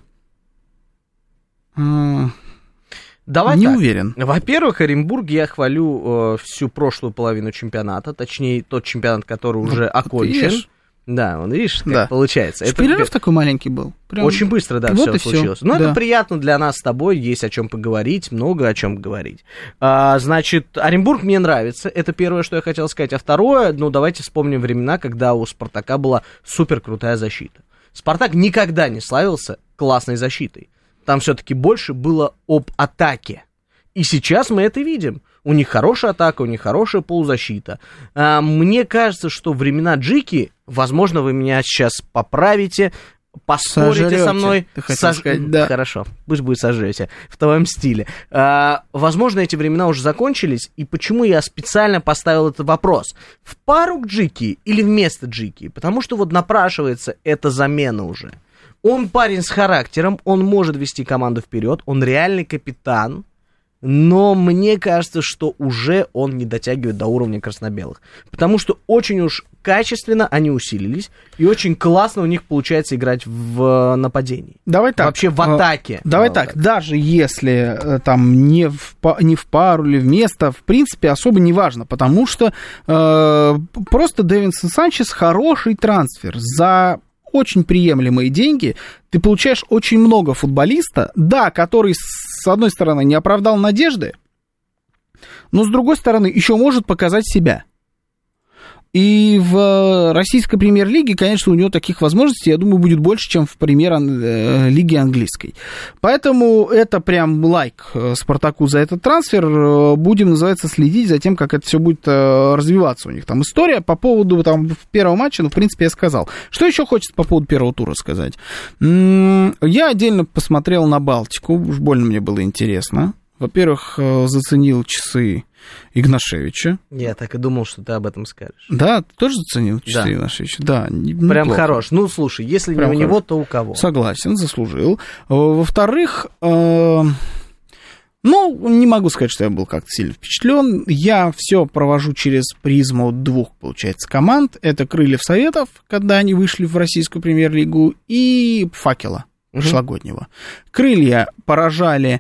Speaker 4: э,
Speaker 5: Давай
Speaker 4: не
Speaker 5: так.
Speaker 4: уверен.
Speaker 5: Во-первых, Оренбург я хвалю э, всю прошлую половину чемпионата, точнее, тот чемпионат, который уже
Speaker 4: ну,
Speaker 5: окончен. Да, он, видишь, как
Speaker 4: да.
Speaker 5: получается. Это
Speaker 4: перерыв такой маленький был. Прям...
Speaker 5: Очень быстро, да,
Speaker 4: вот
Speaker 5: все случилось.
Speaker 4: Всё.
Speaker 5: Но
Speaker 4: да.
Speaker 5: это приятно для нас с тобой, есть о чем поговорить, много о чем говорить. А, значит, Оренбург мне нравится, это первое, что я хотел сказать. А второе, ну, давайте вспомним времена, когда у «Спартака» была супер крутая защита. «Спартак» никогда не славился классной защитой. Там все-таки больше было об атаке. И сейчас мы это видим. У них хорошая атака, у них хорошая полузащита. А, мне кажется, что времена Джики, возможно, вы меня сейчас поправите, поспорите
Speaker 4: Сожрёте,
Speaker 5: со мной.
Speaker 4: ты хотел
Speaker 5: Сож...
Speaker 4: сказать, да.
Speaker 5: Хорошо, пусть будет сожрете, в твоем стиле. А, возможно, эти времена уже закончились, и почему я специально поставил этот вопрос? В пару к Джики или вместо Джики? Потому что вот напрашивается эта замена уже. Он парень с характером, он может вести команду вперед, он реальный капитан, но мне кажется, что уже он не дотягивает до уровня красно-белых. Потому что очень уж качественно они усилились, и очень классно у них получается играть в нападении.
Speaker 4: Давай так.
Speaker 5: Вообще в атаке.
Speaker 4: Давай так, так, даже если там не в, не в пару или вместо, в принципе, особо не важно, потому что э, просто Дэвинсон Санчес хороший трансфер. За очень приемлемые деньги ты получаешь очень много футболиста, да, который, с одной стороны, не оправдал надежды, но, с другой стороны, еще может показать себя. И в российской премьер-лиге, конечно, у него таких возможностей, я думаю, будет больше, чем в премьер-лиге английской. Поэтому это прям лайк «Спартаку» за этот трансфер. Будем, называется, следить за тем, как это все будет развиваться у них. Там история по поводу там, первого матча, ну, в принципе, я сказал. Что еще хочется по поводу первого тура сказать? Я отдельно посмотрел на Балтику, уж больно мне было интересно. Во-первых, заценил часы Игнашевича.
Speaker 5: Я так и думал, что ты об этом скажешь.
Speaker 4: Да, ты тоже заценил часы
Speaker 5: да.
Speaker 4: Игнашевича? Да,
Speaker 5: прям хорош. Ну, слушай, если
Speaker 4: прям
Speaker 5: не у
Speaker 4: хорош.
Speaker 5: него, то у кого?
Speaker 4: Согласен, заслужил. Во-вторых, э, ну, не могу сказать, что я был как-то сильно впечатлен. Я все провожу через призму двух, получается, команд. Это «Крыльев Советов», когда они вышли в российскую премьер-лигу, и «Факела» прошлогоднего. «Крылья» поражали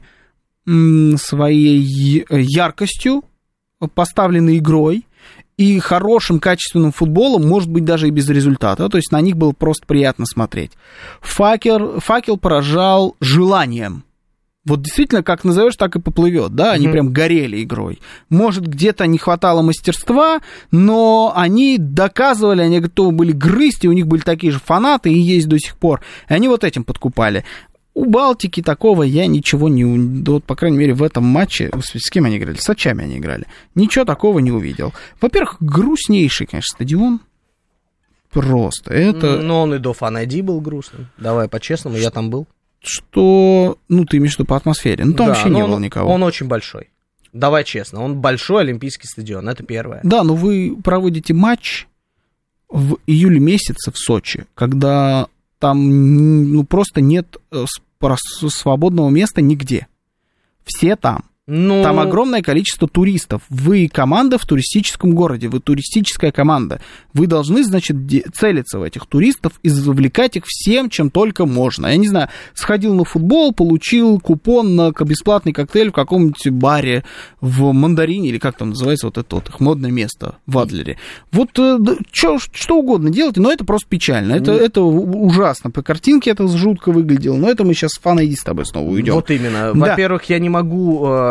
Speaker 4: своей яркостью, поставленной игрой и хорошим качественным футболом, может быть, даже и без результата. То есть на них было просто приятно смотреть. Факел, факел поражал желанием. Вот действительно, как назовешь, так и поплывет, да, они mm-hmm. прям горели игрой. Может, где-то не хватало мастерства, но они доказывали, они готовы были грызть, и у них были такие же фанаты, и есть до сих пор. И они вот этим подкупали. У Балтики такого я ничего не... Вот, по крайней мере, в этом матче... С кем они играли? С Сочами они играли. Ничего такого не увидел. Во-первых, грустнейший, конечно, стадион. Просто. Это...
Speaker 5: Но он и до Фанайди был грустным. Давай по-честному, я там был.
Speaker 4: Что... Ну, ты имеешь в виду по атмосфере. Ну, там да, вообще не
Speaker 5: он,
Speaker 4: было никого.
Speaker 5: Он очень большой. Давай честно. Он большой олимпийский стадион. Это первое.
Speaker 4: Да, но вы проводите матч в июле месяце в Сочи, когда там ну, просто нет свободного места нигде. Все там. Ну... Там огромное количество туристов. Вы команда в туристическом городе, вы туристическая команда. Вы должны, значит, целиться в этих туристов и завлекать их всем, чем только можно. Я не знаю, сходил на футбол, получил купон на бесплатный коктейль в каком-нибудь баре в Мандарине, или как там называется вот это вот их модное место в Адлере. Вот что, что угодно делайте, но это просто печально. Это, mm. это ужасно. По картинке это жутко выглядело, но это мы сейчас с Фанайди с тобой снова уйдем.
Speaker 5: Вот именно.
Speaker 4: Да.
Speaker 5: Во-первых, я не могу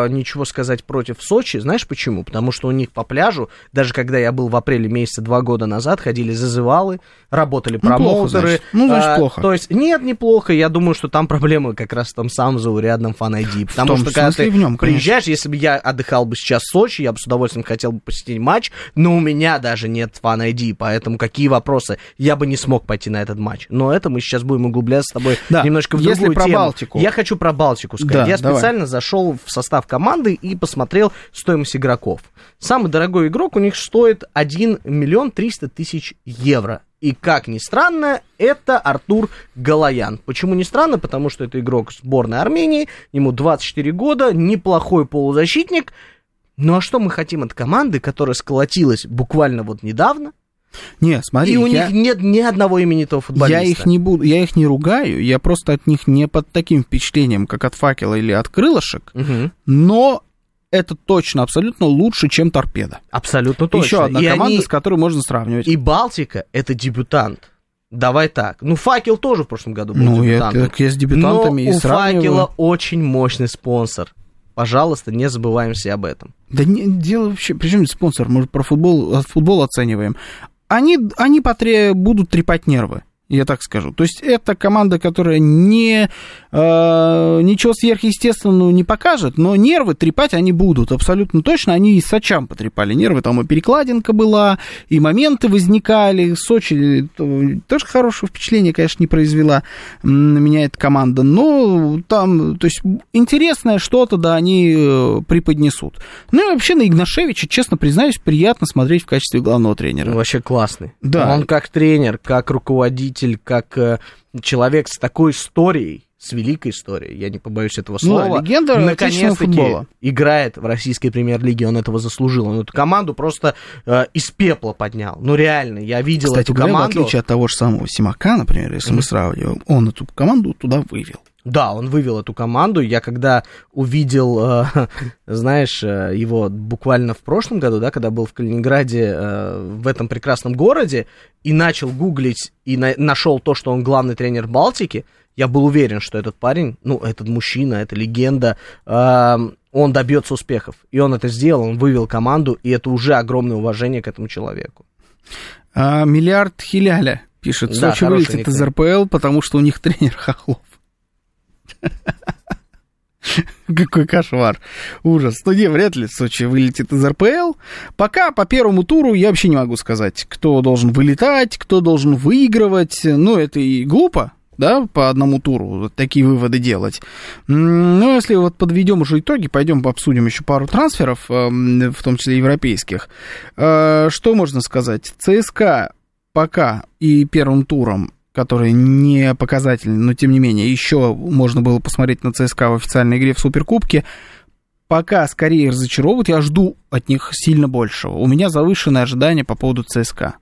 Speaker 5: э, ничего сказать против Сочи. Знаешь почему? Потому что у них по пляжу, даже когда я был в апреле месяце два года назад, ходили зазывалы, работали ну, промоутеры.
Speaker 4: Плохо, значит. Ну, значит,
Speaker 5: а,
Speaker 4: плохо.
Speaker 5: То есть, нет, неплохо. Я думаю, что там проблемы как раз в том самом заурядном фан-ай ди. Потому что, когда ты в нем, приезжаешь, если бы я отдыхал бы сейчас в Сочи, я бы с удовольствием хотел бы посетить матч, но у меня даже нет фан-ай ди, поэтому какие вопросы? Я бы не смог пойти на этот матч. Но это мы сейчас будем углубляться с тобой да. немножко в другую
Speaker 4: если про
Speaker 5: тему.
Speaker 4: Балтику.
Speaker 5: Я хочу про Балтику сказать.
Speaker 4: Да,
Speaker 5: я
Speaker 4: давай.
Speaker 5: специально зашел в состав команды и посмотрел стоимость игроков. Самый дорогой игрок у них стоит один миллион триста тысяч евро. И, как ни странно, это Артур Галаян. Почему не странно? Потому что это игрок сборной Армении, ему двадцать четыре года, неплохой полузащитник. Ну а что мы хотим от команды, которая сколотилась буквально вот недавно?
Speaker 4: Не, смотри,
Speaker 5: и у
Speaker 4: я...
Speaker 5: них нет ни одного именитого футболиста.
Speaker 4: Я их не буду, я их не ругаю, я просто от них не под таким впечатлением, как от Факела или от Крылышек,
Speaker 5: угу.
Speaker 4: но это точно, абсолютно лучше, чем Торпедо.
Speaker 5: Абсолютно точно.
Speaker 4: Еще одна
Speaker 5: и
Speaker 4: команда,
Speaker 5: они...
Speaker 4: с которой можно сравнивать.
Speaker 5: И Балтика — это дебютант. Давай так. Ну, Факел тоже в прошлом году был
Speaker 4: ну,
Speaker 5: дебютантом.
Speaker 4: Ну, я, я с дебютантами
Speaker 5: но
Speaker 4: и
Speaker 5: у
Speaker 4: сравниваю.
Speaker 5: Факела очень мощный спонсор. Пожалуйста, не забываемся об этом.
Speaker 4: Да не, дело вообще... Причем спонсор? Мы же про футбол, футбол оцениваем. Они, они потре, будут трепать нервы, я так скажу. То есть это команда, которая не, э, ничего сверхъестественного не покажет, но нервы трепать они будут, абсолютно точно. Они и Сочам потрепали нервы, там и перекладинка была, и моменты возникали. Сочи тоже хорошее впечатление, конечно, не произвела на меня эта команда, но там, то есть, интересное что-то, да, они преподнесут. Ну и вообще на Игнашевича, честно признаюсь, приятно смотреть в качестве главного тренера.
Speaker 5: Он вообще классный.
Speaker 4: Да.
Speaker 5: Он как тренер, как руководитель, как э, человек с такой историей, с великой историей, я не побоюсь этого слова,
Speaker 4: ну, легенда
Speaker 5: наконец-таки играет в российской премьер-лиге, он этого заслужил. Он эту команду просто э, из пепла поднял. Ну реально, я видел
Speaker 4: Кстати,
Speaker 5: эту
Speaker 4: говоря,
Speaker 5: команду.
Speaker 4: в отличие от того же самого Симака, например, если mm-hmm. мы сравниваем, он эту команду туда вывел.
Speaker 5: Да, он вывел эту команду. Я когда увидел, э, знаешь, его буквально в прошлом году, да, когда был в Калининграде, э, в этом прекрасном городе, и начал гуглить, и на- нашел то, что он главный тренер Балтики, я был уверен, что этот парень, ну, этот мужчина, эта легенда, э, он добьется успехов. И он это сделал, он вывел команду, и это уже огромное уважение к этому человеку.
Speaker 4: А, миллиард Хиляля пишет,
Speaker 5: да,
Speaker 4: Сочи вылетит из эр пэ эл, потому что у них тренер Хохлов. Какой кошмар. Ужас. Ну, не, вряд ли Сочи вылетит из эр пэ эл. Пока по первому туру я вообще не могу сказать, кто должен вылетать, кто должен выигрывать. Ну, это и глупо, да, по одному туру вот такие выводы делать. Ну, если вот подведем уже итоги, пойдем обсудим еще пару трансферов, в том числе европейских. Что можно сказать? ЦСКА пока и первым туром, который не показательный, но тем не менее, еще можно было посмотреть на ЦСКА в официальной игре в Суперкубке, пока скорее разочаровывают, я жду от них сильно большего. У меня завышенные ожидания по поводу ЦСКА.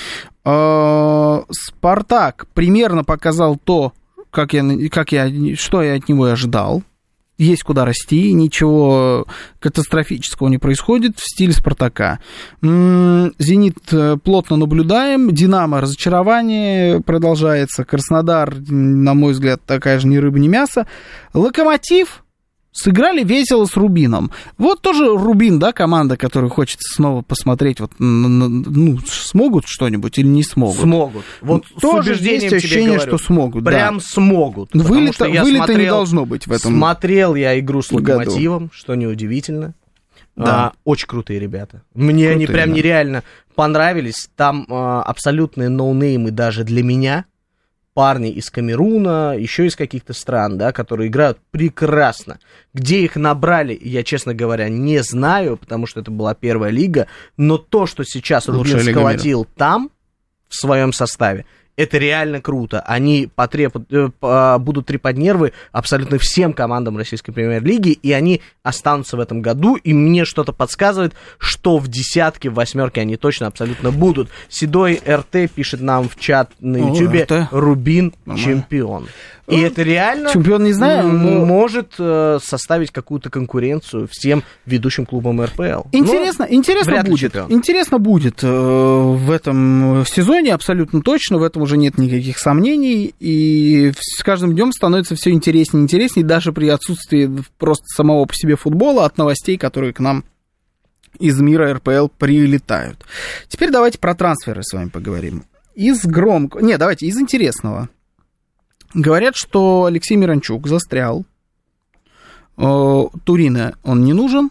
Speaker 4: Спартак примерно показал то, как я, как я, что я от него и ожидал. Есть куда расти, ничего катастрофического не происходит в стиле Спартака. Зенит плотно наблюдаем, Динамо разочарование продолжается, Краснодар, на мой взгляд, такая же ни рыба, ни мясо. Локомотив сыграли весело с Рубином. Вот тоже Рубин, да, команда, которую хочется снова посмотреть, вот, ну, смогут что-нибудь или не смогут?
Speaker 5: Смогут. Вот
Speaker 4: тоже есть ощущение, что смогут.
Speaker 5: Прям
Speaker 4: да.
Speaker 5: смогут.
Speaker 4: Вылета, вылета смотрел, не должно быть в этом
Speaker 5: Смотрел я игру с Локомотивом,
Speaker 4: году.
Speaker 5: Что неудивительно.
Speaker 4: Да.
Speaker 5: А, очень крутые ребята. Мне крутые, они прям да. нереально понравились. Там а, абсолютные ноунеймы даже для меня. Парни из Камеруна, еще из каких-то стран, да, которые играют прекрасно. Где их набрали, я, честно говоря, не знаю, потому что это была первая лига, но то, что сейчас Рубин сколотил там, в своем составе, это реально круто. Они потреп... будут трепать нервы абсолютно всем командам российской премьер-лиги, и они останутся в этом году, и мне что-то подсказывает, что в десятке, в восьмерке они точно абсолютно будут. Седой эр тэ пишет нам в чат на ютубе: Рубин чемпион. И это реально
Speaker 4: чемпион, не знаю, но...
Speaker 5: может э, составить какую-то конкуренцию всем ведущим клубам эр пэ эл.
Speaker 4: Интересно, но интересно будет. Интересно будет э, в этом сезоне, абсолютно точно, в этом уже нет никаких сомнений, и с каждым днем становится все интереснее и интереснее, даже при отсутствии просто самого по себе себе футбола от новостей, которые к нам из мира эр пэ эл прилетают. Теперь давайте про трансферы с вами поговорим. Из громкого... Не, давайте из интересного. Говорят, что Алексей Миранчук застрял. Э, Турино он не нужен.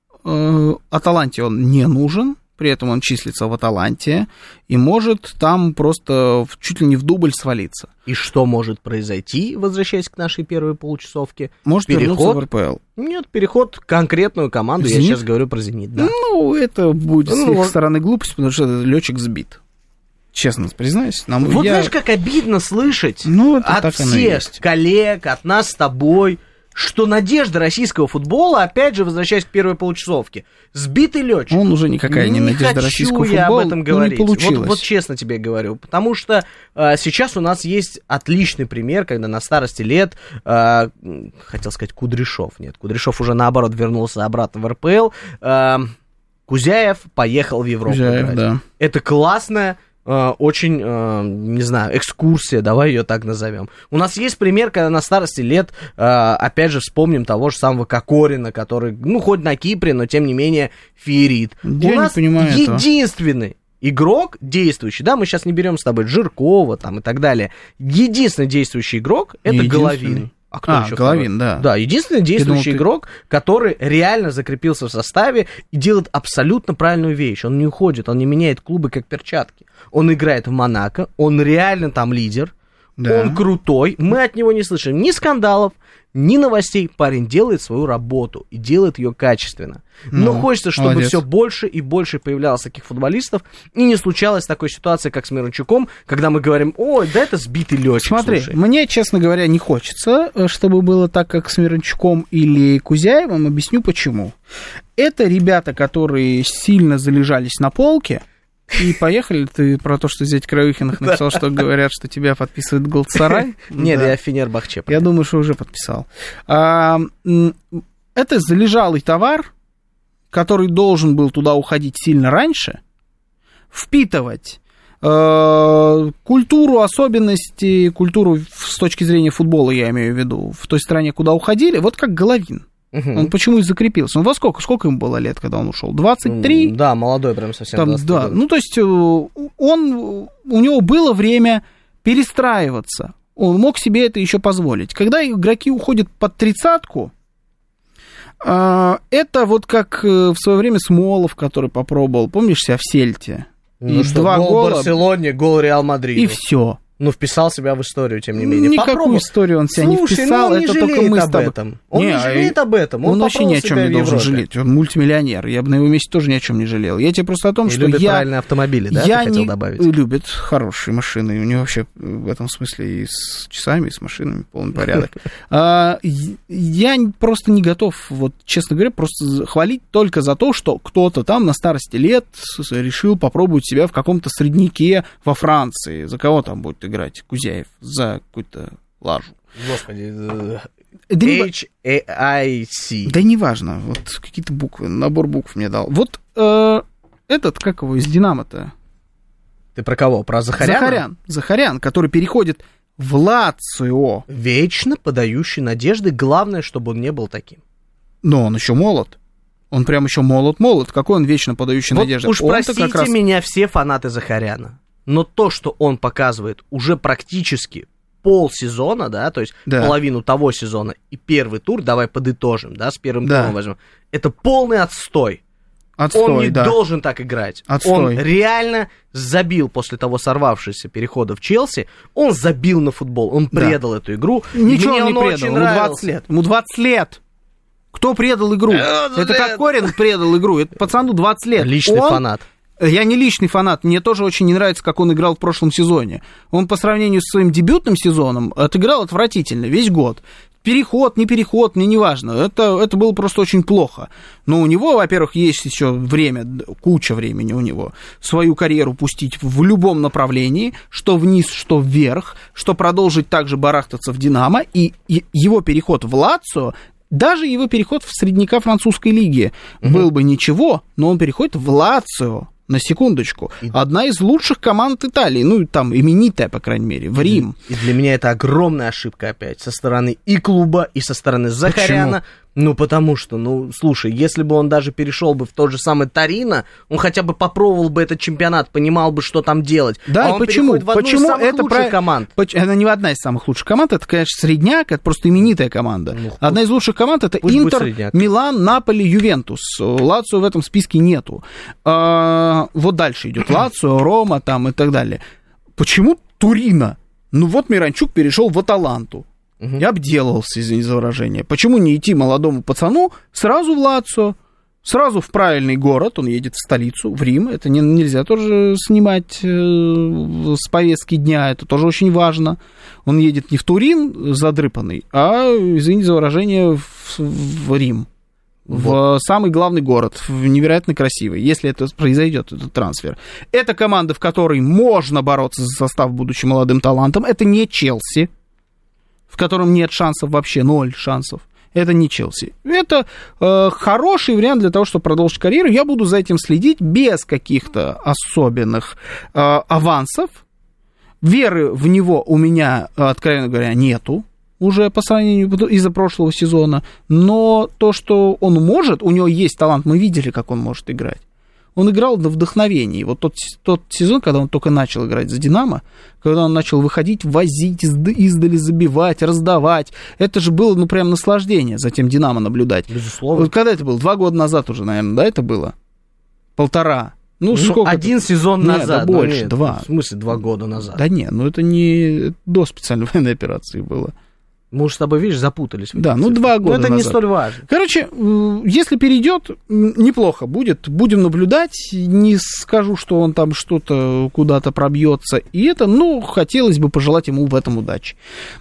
Speaker 4: Э, Аталанте он не нужен. При этом он числится в Аталанте. И может там просто чуть ли не в дубль свалиться.
Speaker 5: И что может произойти, возвращаясь к нашей первой получасовке?
Speaker 4: Может вернуться в эр пэ эл.
Speaker 5: Нет, переход в конкретную команду.
Speaker 4: «Зенит»?
Speaker 5: Я сейчас говорю про «Зенит», да.
Speaker 4: Ну, это будет
Speaker 5: ну,
Speaker 4: с их
Speaker 5: вот...
Speaker 4: стороны глупость, потому что летчик сбит. Честно признаюсь. Нам,
Speaker 5: вот
Speaker 4: я...
Speaker 5: знаешь, как обидно слышать
Speaker 4: ну,
Speaker 5: от всех коллег, от нас с тобой, что надежда российского футбола, опять же, возвращаясь к первой получасовке, сбитый летчик.
Speaker 4: Он уже никакая не, не надежда российского футбола.
Speaker 5: Не хочу я об этом говорить.
Speaker 4: Не получилось.
Speaker 5: Вот, вот честно тебе говорю. Потому что э, сейчас у нас есть отличный пример, когда на старости лет, э, хотел сказать Кудряшов, нет, Кудряшов уже наоборот вернулся обратно в эр пэ эл, э, Кузяев поехал в Европу
Speaker 4: Кузяев,
Speaker 5: играть.
Speaker 4: Да.
Speaker 5: Это классная, очень, не знаю, экскурсия, давай ее так назовем. У нас есть пример, когда на старости лет, опять же, вспомним того же самого Кокорина, который, ну, хоть на Кипре, но тем не менее феерит.
Speaker 4: Я
Speaker 5: У нас
Speaker 4: понимаю
Speaker 5: единственный этого. игрок действующий, да, мы сейчас не берем с тобой Жиркова там и так далее, единственный действующий игрок — это Головин.
Speaker 4: А кто а, еще? Головин, да.
Speaker 5: Да, единственный действующий
Speaker 4: думал,
Speaker 5: игрок, ты... который реально закрепился в составе и делает абсолютно правильную вещь. Он не уходит, он не меняет клубы как перчатки. Он играет в Монако, он реально там лидер, да. Он крутой. Мы от него не слышим ни скандалов, ни новостей. Парень делает свою работу и делает ее качественно. Но ну, хочется, чтобы молодец. Все больше и больше появлялось таких футболистов, и не случалось такой ситуации, как с Миранчуком, когда мы говорим: ой, да это сбитый летчик.
Speaker 4: Смотри,
Speaker 5: слушай.
Speaker 4: Мне, честно говоря, не хочется, чтобы было так, как с Миранчуком или Кузяевым. Объясню почему. Это ребята, которые сильно залежались на полке. И поехали, ты про то, что здесь Краюхинах написал, что говорят, что тебя подписывает Галатасарай.
Speaker 5: Нет, я Фенербахче.
Speaker 4: Я думаю, что уже подписал. Это залежалый товар, который должен был туда уходить сильно раньше, впитывать культуру, особенности, культуру с точки зрения футбола, я имею в виду, в той стране, куда уходили, вот как Головин. Угу. Он почему и закрепился? Он во сколько? Сколько ему было лет, когда он ушел? двадцать три?
Speaker 5: Да, молодой прям совсем.
Speaker 4: Там, да. Ну, то есть он, у него было время перестраиваться. Он мог себе это еще позволить. Когда игроки уходят под тридцатку, это вот как в свое время Смолов, который попробовал, помнишь, себя в Сельте?
Speaker 5: Ну
Speaker 4: и
Speaker 5: что,
Speaker 4: два
Speaker 5: гол
Speaker 4: гола,
Speaker 5: Барселоне, гол Реал Мадриду.
Speaker 4: И все.
Speaker 5: Ну, вписал себя в историю, тем не менее.
Speaker 4: Никакую
Speaker 5: Попробуй.
Speaker 4: историю он себя
Speaker 5: Слушай,
Speaker 4: не вписал,
Speaker 5: ну он
Speaker 4: это
Speaker 5: не
Speaker 4: только мы с тобой.
Speaker 5: Этом. Он не,
Speaker 4: не
Speaker 5: жалеет об этом. Он,
Speaker 4: он вообще ни о чем не должен жалеть. Он мультимиллионер. Я бы на его месте тоже ни о чем не жалел. Я тебе просто о том,
Speaker 5: и
Speaker 4: что
Speaker 5: любит
Speaker 4: я...
Speaker 5: правильные автомобили, да,
Speaker 4: я
Speaker 5: ты хотел
Speaker 4: не...
Speaker 5: добавить?
Speaker 4: Любит хорошие машины. У него вообще в этом смысле и с часами, и с машинами полный порядок. Я просто не готов, вот честно говоря, просто хвалить только за то, что кто-то там на старости лет решил попробовать себя в каком-то средняке во Франции. За кого там будет играть Кузяев? За какую-то лажу.
Speaker 5: Господи,
Speaker 4: эйч
Speaker 5: эй си.
Speaker 4: Да неважно, вот какие-то буквы, набор букв мне дал. Вот э, этот, как его, из «Динамо»-то?
Speaker 5: Ты про кого? Про Захаряна?
Speaker 4: Захарян, Захарян, который переходит в Лацио.
Speaker 5: Вечно подающий надежды, главное, чтобы он не был таким.
Speaker 4: Но он еще молод. Он прям еще молод-молод. Какой он вечно подающий
Speaker 5: вот
Speaker 4: надежды?
Speaker 5: Уж
Speaker 4: Он-то
Speaker 5: простите
Speaker 4: как раз...
Speaker 5: меня все фанаты Захаряна. Но то, что он показывает уже практически полсезона, да, то есть да. половину того сезона и первый тур, давай подытожим, да, с первым да. туром возьмем, это полный отстой.
Speaker 4: Отстой,
Speaker 5: он не
Speaker 4: да.
Speaker 5: должен так играть.
Speaker 4: Отстой.
Speaker 5: Он реально забил после того сорвавшегося перехода в Челси, он забил на футбол, он предал да. эту игру.
Speaker 4: Ничего
Speaker 5: Мне
Speaker 4: он не
Speaker 5: он
Speaker 4: предал, ему двадцать лет. Ему двадцать лет. Кто предал игру? Это как Корин предал игру, это пацану двадцать лет.
Speaker 5: Личный
Speaker 4: он...
Speaker 5: фанат.
Speaker 4: Я не личный фанат, мне тоже очень не нравится, как он играл в прошлом сезоне. Он по сравнению с своим дебютным сезоном отыграл отвратительно, весь год. Переход, не переход, мне не важно. Это, это было просто очень плохо. Но у него, во-первых, есть еще время, куча времени у него, свою карьеру пустить в любом направлении, что вниз, что вверх, что продолжить также барахтаться в «Динамо». И, и его переход в «Лацио», даже его переход в средняка французской лиги угу. был бы ничего, но он переходит в «Лацио». На секундочку. И... Одна из лучших команд Италии, ну, там, именитая, по крайней мере, в Рим.
Speaker 5: И для меня это огромная ошибка опять со стороны и клуба, и со стороны Захаряна. Ну, потому что, ну, слушай, если бы он даже перешел бы в тот же самый Торино, он хотя бы попробовал бы этот чемпионат, понимал бы, что там делать.
Speaker 4: Да,
Speaker 5: а
Speaker 4: и
Speaker 5: он
Speaker 4: почему?
Speaker 5: в одну
Speaker 4: Почему
Speaker 5: из самых
Speaker 4: это
Speaker 5: лучших
Speaker 4: прав...
Speaker 5: команд.
Speaker 4: Поч... Она не одна из самых лучших команд, это, конечно, средняк, это просто именитая команда. Ну, одна из лучших команд — это Интер, Милан, Наполи, Ювентус. Лацио в этом списке нету. А, вот дальше идет Лацио, Рома там и так далее. Почему Торино? Ну вот Миранчук перешел в Аталанту. Угу. Я обделался, извините за выражение. Почему не идти молодому пацану сразу в Лацио, сразу в правильный город, он едет в столицу, в Рим, это не, нельзя тоже снимать э, с повестки дня, это тоже очень важно. Он едет не в Турин задрыпанный, а, извините за выражение, в, в Рим. В самый главный город, в невероятно красивый, если это произойдет, этот трансфер. Это команда, в которой можно бороться за состав, будучи молодым талантом. Это не Челси, в котором нет шансов вообще, ноль шансов. Это не Челси. Это э, хороший вариант для того, чтобы продолжить карьеру. Я буду за этим следить без каких-то особенных э, авансов. Веры в него у меня, откровенно говоря, нету уже по сравнению из-за прошлого сезона. Но то, что он может, у него есть талант, мы видели, как он может играть. Он играл на вдохновении. Вот тот, тот сезон, когда он только начал играть за «Динамо», когда он начал выходить, возить, издали забивать, раздавать, это же было, ну, прям наслаждение за тем «Динамо» наблюдать.
Speaker 5: Безусловно.
Speaker 4: Вот когда это было? Два года назад уже, наверное, да, это было? Полтора. Ну, ну сколько?
Speaker 5: Один это? сезон
Speaker 4: нет,
Speaker 5: назад.
Speaker 4: Да больше,
Speaker 5: нет,
Speaker 4: два.
Speaker 5: В смысле, два года назад?
Speaker 4: Да нет, ну это не до специальной военной операции было.
Speaker 5: Мы уже с тобой, видишь, запутались.
Speaker 4: Да, ну два года
Speaker 5: Но это
Speaker 4: назад.
Speaker 5: не столь важно.
Speaker 4: Короче, если перейдет, неплохо будет. Будем наблюдать. Не скажу, что он там что-то куда-то пробьется. И это, ну, хотелось бы пожелать ему в этом удачи.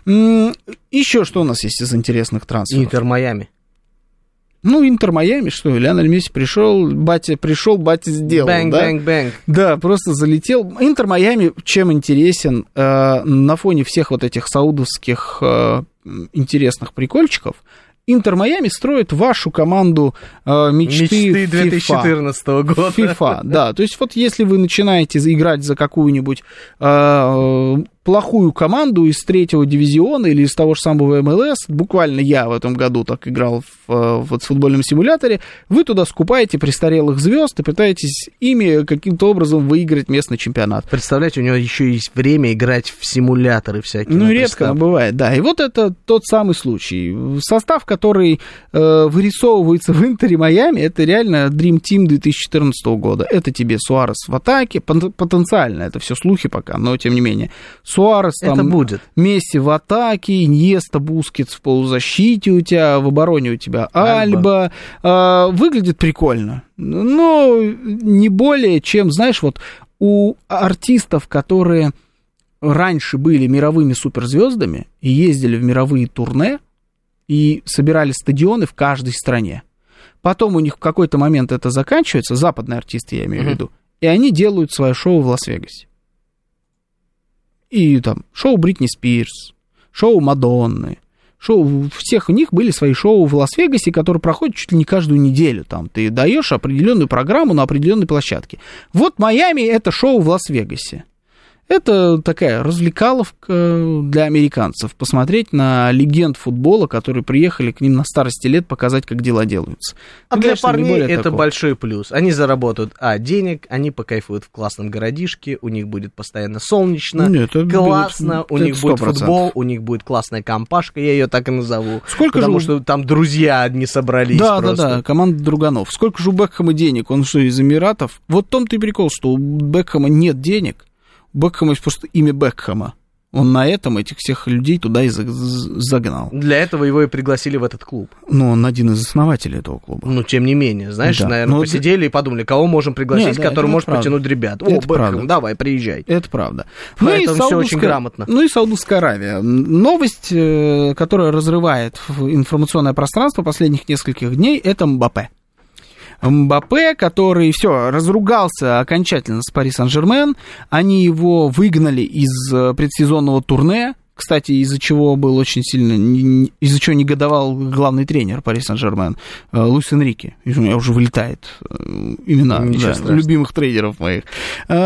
Speaker 4: Еще что у нас есть из интересных трансферов?
Speaker 5: Интер Майами.
Speaker 4: Ну, Интер Майами, что, Лионель Месси пришел, батя пришел, батя сделал,
Speaker 5: бэнг,
Speaker 4: да?
Speaker 5: Бэнг, бэнг,
Speaker 4: Да, просто залетел. Интер Майами чем интересен э, на фоне всех вот этих саудовских э, интересных прикольчиков? Интер Майами строит вашу команду э, мечты,
Speaker 5: мечты две тысячи четырнадцатого года.
Speaker 4: FIFA, да. То есть вот если вы начинаете играть за какую-нибудь э, плохую команду из третьего дивизиона или из того же самого эм эл эс, буквально я в этом году так играл в, в футбольном симуляторе, вы туда скупаете престарелых звезд и пытаетесь ими каким-то образом выиграть местный чемпионат.
Speaker 5: Представляете, у него еще есть время играть в симуляторы всякие.
Speaker 4: Ну, редко но бывает, да. И вот это тот самый случай. Состав, который э, вырисовывается в Интере Майами, это реально Dream Team две тысячи четырнадцатого года. Это тебе Суарес в атаке, потенциально, это все слухи пока, но тем не менее. Суарес, там,
Speaker 5: это будет.
Speaker 4: Месси в атаке, Иньеста, Бускетс в полузащите у тебя, в обороне у тебя Альба. Альба. Э, выглядит прикольно, но не более чем, знаешь, вот у артистов, которые раньше были мировыми суперзвездами и ездили в мировые турне и собирали стадионы в каждой стране. Потом у них в какой-то момент это заканчивается, западные артисты, я имею в виду, и они делают свое шоу в Лас-Вегасе. И там шоу Бритни Спирс, шоу Мадонны, шоу, у всех у них были свои шоу в Лас-Вегасе, которые проходят чуть ли не каждую неделю. Там ты даешь определенную программу на определенной площадке. Вот Майами — это шоу в Лас-Вегасе. Это такая развлекаловка для американцев. Посмотреть на легенд футбола, которые приехали к ним на старости лет показать, как дела делаются.
Speaker 5: А
Speaker 4: это,
Speaker 5: для
Speaker 4: конечно,
Speaker 5: парней это
Speaker 4: такого.
Speaker 5: Большой плюс. Они заработают, а, денег, они покайфуют в классном городишке, у них будет постоянно солнечно,
Speaker 4: Нет, это
Speaker 5: классно,
Speaker 4: будет,
Speaker 5: у них
Speaker 4: сто процентов.
Speaker 5: будет футбол, у них будет классная компашка, я ее так и назову.
Speaker 4: Сколько
Speaker 5: потому
Speaker 4: же...
Speaker 5: что там друзья одни собрались
Speaker 4: да,
Speaker 5: просто.
Speaker 4: Да, да, команда друганов. Сколько же у Бекхэма денег? Он что, из Эмиратов? Вот в том-то и прикол, что у Бекхэма нет денег. У Бекхэма есть просто имя Бекхэма. Он на этом этих всех людей туда и загнал.
Speaker 5: Для этого его и пригласили в этот клуб.
Speaker 4: Ну, он один из основателей этого клуба.
Speaker 5: Ну, тем не менее, знаешь, да. наверное, Но посидели это... и подумали, кого можем пригласить, Нет, да, который может правда. потянуть ребят. О, это Бекхэм, правда. давай, приезжай.
Speaker 4: Это правда.
Speaker 5: Поэтому ну, все очень грамотно.
Speaker 4: Ну и Саудовская Аравия. Новость, которая разрывает информационное пространство последних нескольких дней, это Мбаппе. Мбаппе, который, все, разругался окончательно с Пари Сен-Жермен, они его выгнали из предсезонного турне, кстати, из-за чего был очень сильно, из-за чего негодовал главный тренер Пари Сен-Жермен, Луис Энрике, у меня уже вылетает имена да, любимых тренеров моих.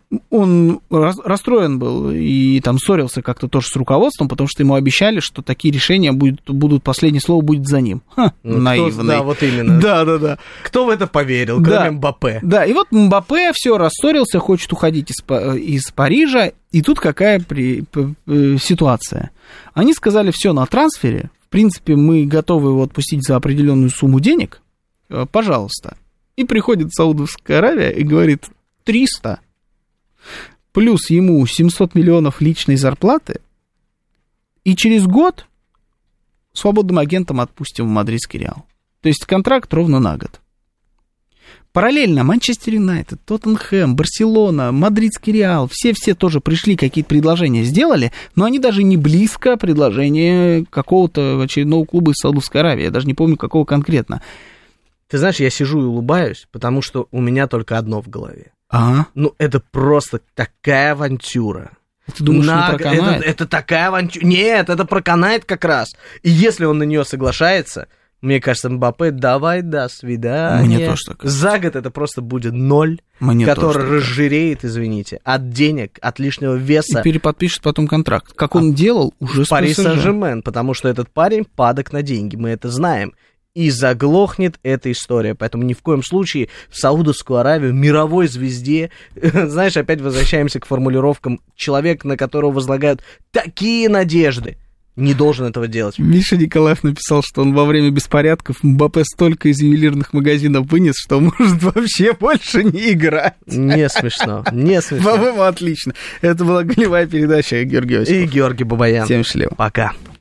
Speaker 4: он расстроен был и там ссорился как-то тоже с руководством, потому что ему обещали, что такие решения будут, будут последнее слово будет за ним. Ха,
Speaker 5: ну,
Speaker 4: наивный.
Speaker 5: Кто, да, вот именно.
Speaker 4: Да, да, да.
Speaker 5: Кто в это поверил,
Speaker 4: да.
Speaker 5: кроме Мбаппе?
Speaker 4: Да, и вот Мбаппе все рассорился, хочет уходить из, из Парижа, и тут какая при, при, ситуация. Они сказали, все на трансфере, в принципе, мы готовы его отпустить за определенную сумму денег, пожалуйста. И приходит Саудовская Аравия и говорит, триста, плюс ему семьсот миллионов личной зарплаты, и через год свободным агентом отпустим в мадридский Реал. То есть контракт ровно на год. Параллельно Манчестер Юнайтед, Тоттенхэм, Барселона, мадридский Реал, все-все тоже пришли, какие-то предложения сделали, но они даже не близко предложения какого-то очередного клуба из Саудовской Аравии. Я даже не помню, какого конкретно.
Speaker 5: Ты знаешь, я сижу и улыбаюсь, потому что у меня только одно в голове.
Speaker 4: Ага.
Speaker 5: Ну, это просто такая авантюра.
Speaker 4: Ты думаешь,
Speaker 5: на...
Speaker 4: не проканает?
Speaker 5: Это, это такая авантюра. Нет, это проканает как раз. И если он на нее соглашается, мне кажется, Мбаппе, давай, до свидания.
Speaker 4: Мне тоже так кажется.
Speaker 5: За год это просто будет ноль,
Speaker 4: Мне
Speaker 5: который разжиреет, извините, от денег, от лишнего веса.
Speaker 4: И переподпишет потом контракт. Как он а делал, уже с
Speaker 5: Пари Сен-Жермен, потому что этот парень падок на деньги, мы это знаем. И заглохнет эта история. Поэтому ни в коем случае в Саудовскую Аравию, мировой звезде, знаешь, опять возвращаемся к формулировкам, человек, на которого возлагают такие надежды, не должен этого делать.
Speaker 4: Миша Николаев написал, что он во время беспорядков Мбаппе столько из ювелирных магазинов вынес, что может вообще больше не играть.
Speaker 5: Не смешно, не смешно.
Speaker 4: По-моему, отлично. Это была голевая передача, Георгий Осипов.
Speaker 5: И Георгий Бабаян.
Speaker 4: Всем счастливо.
Speaker 5: Пока.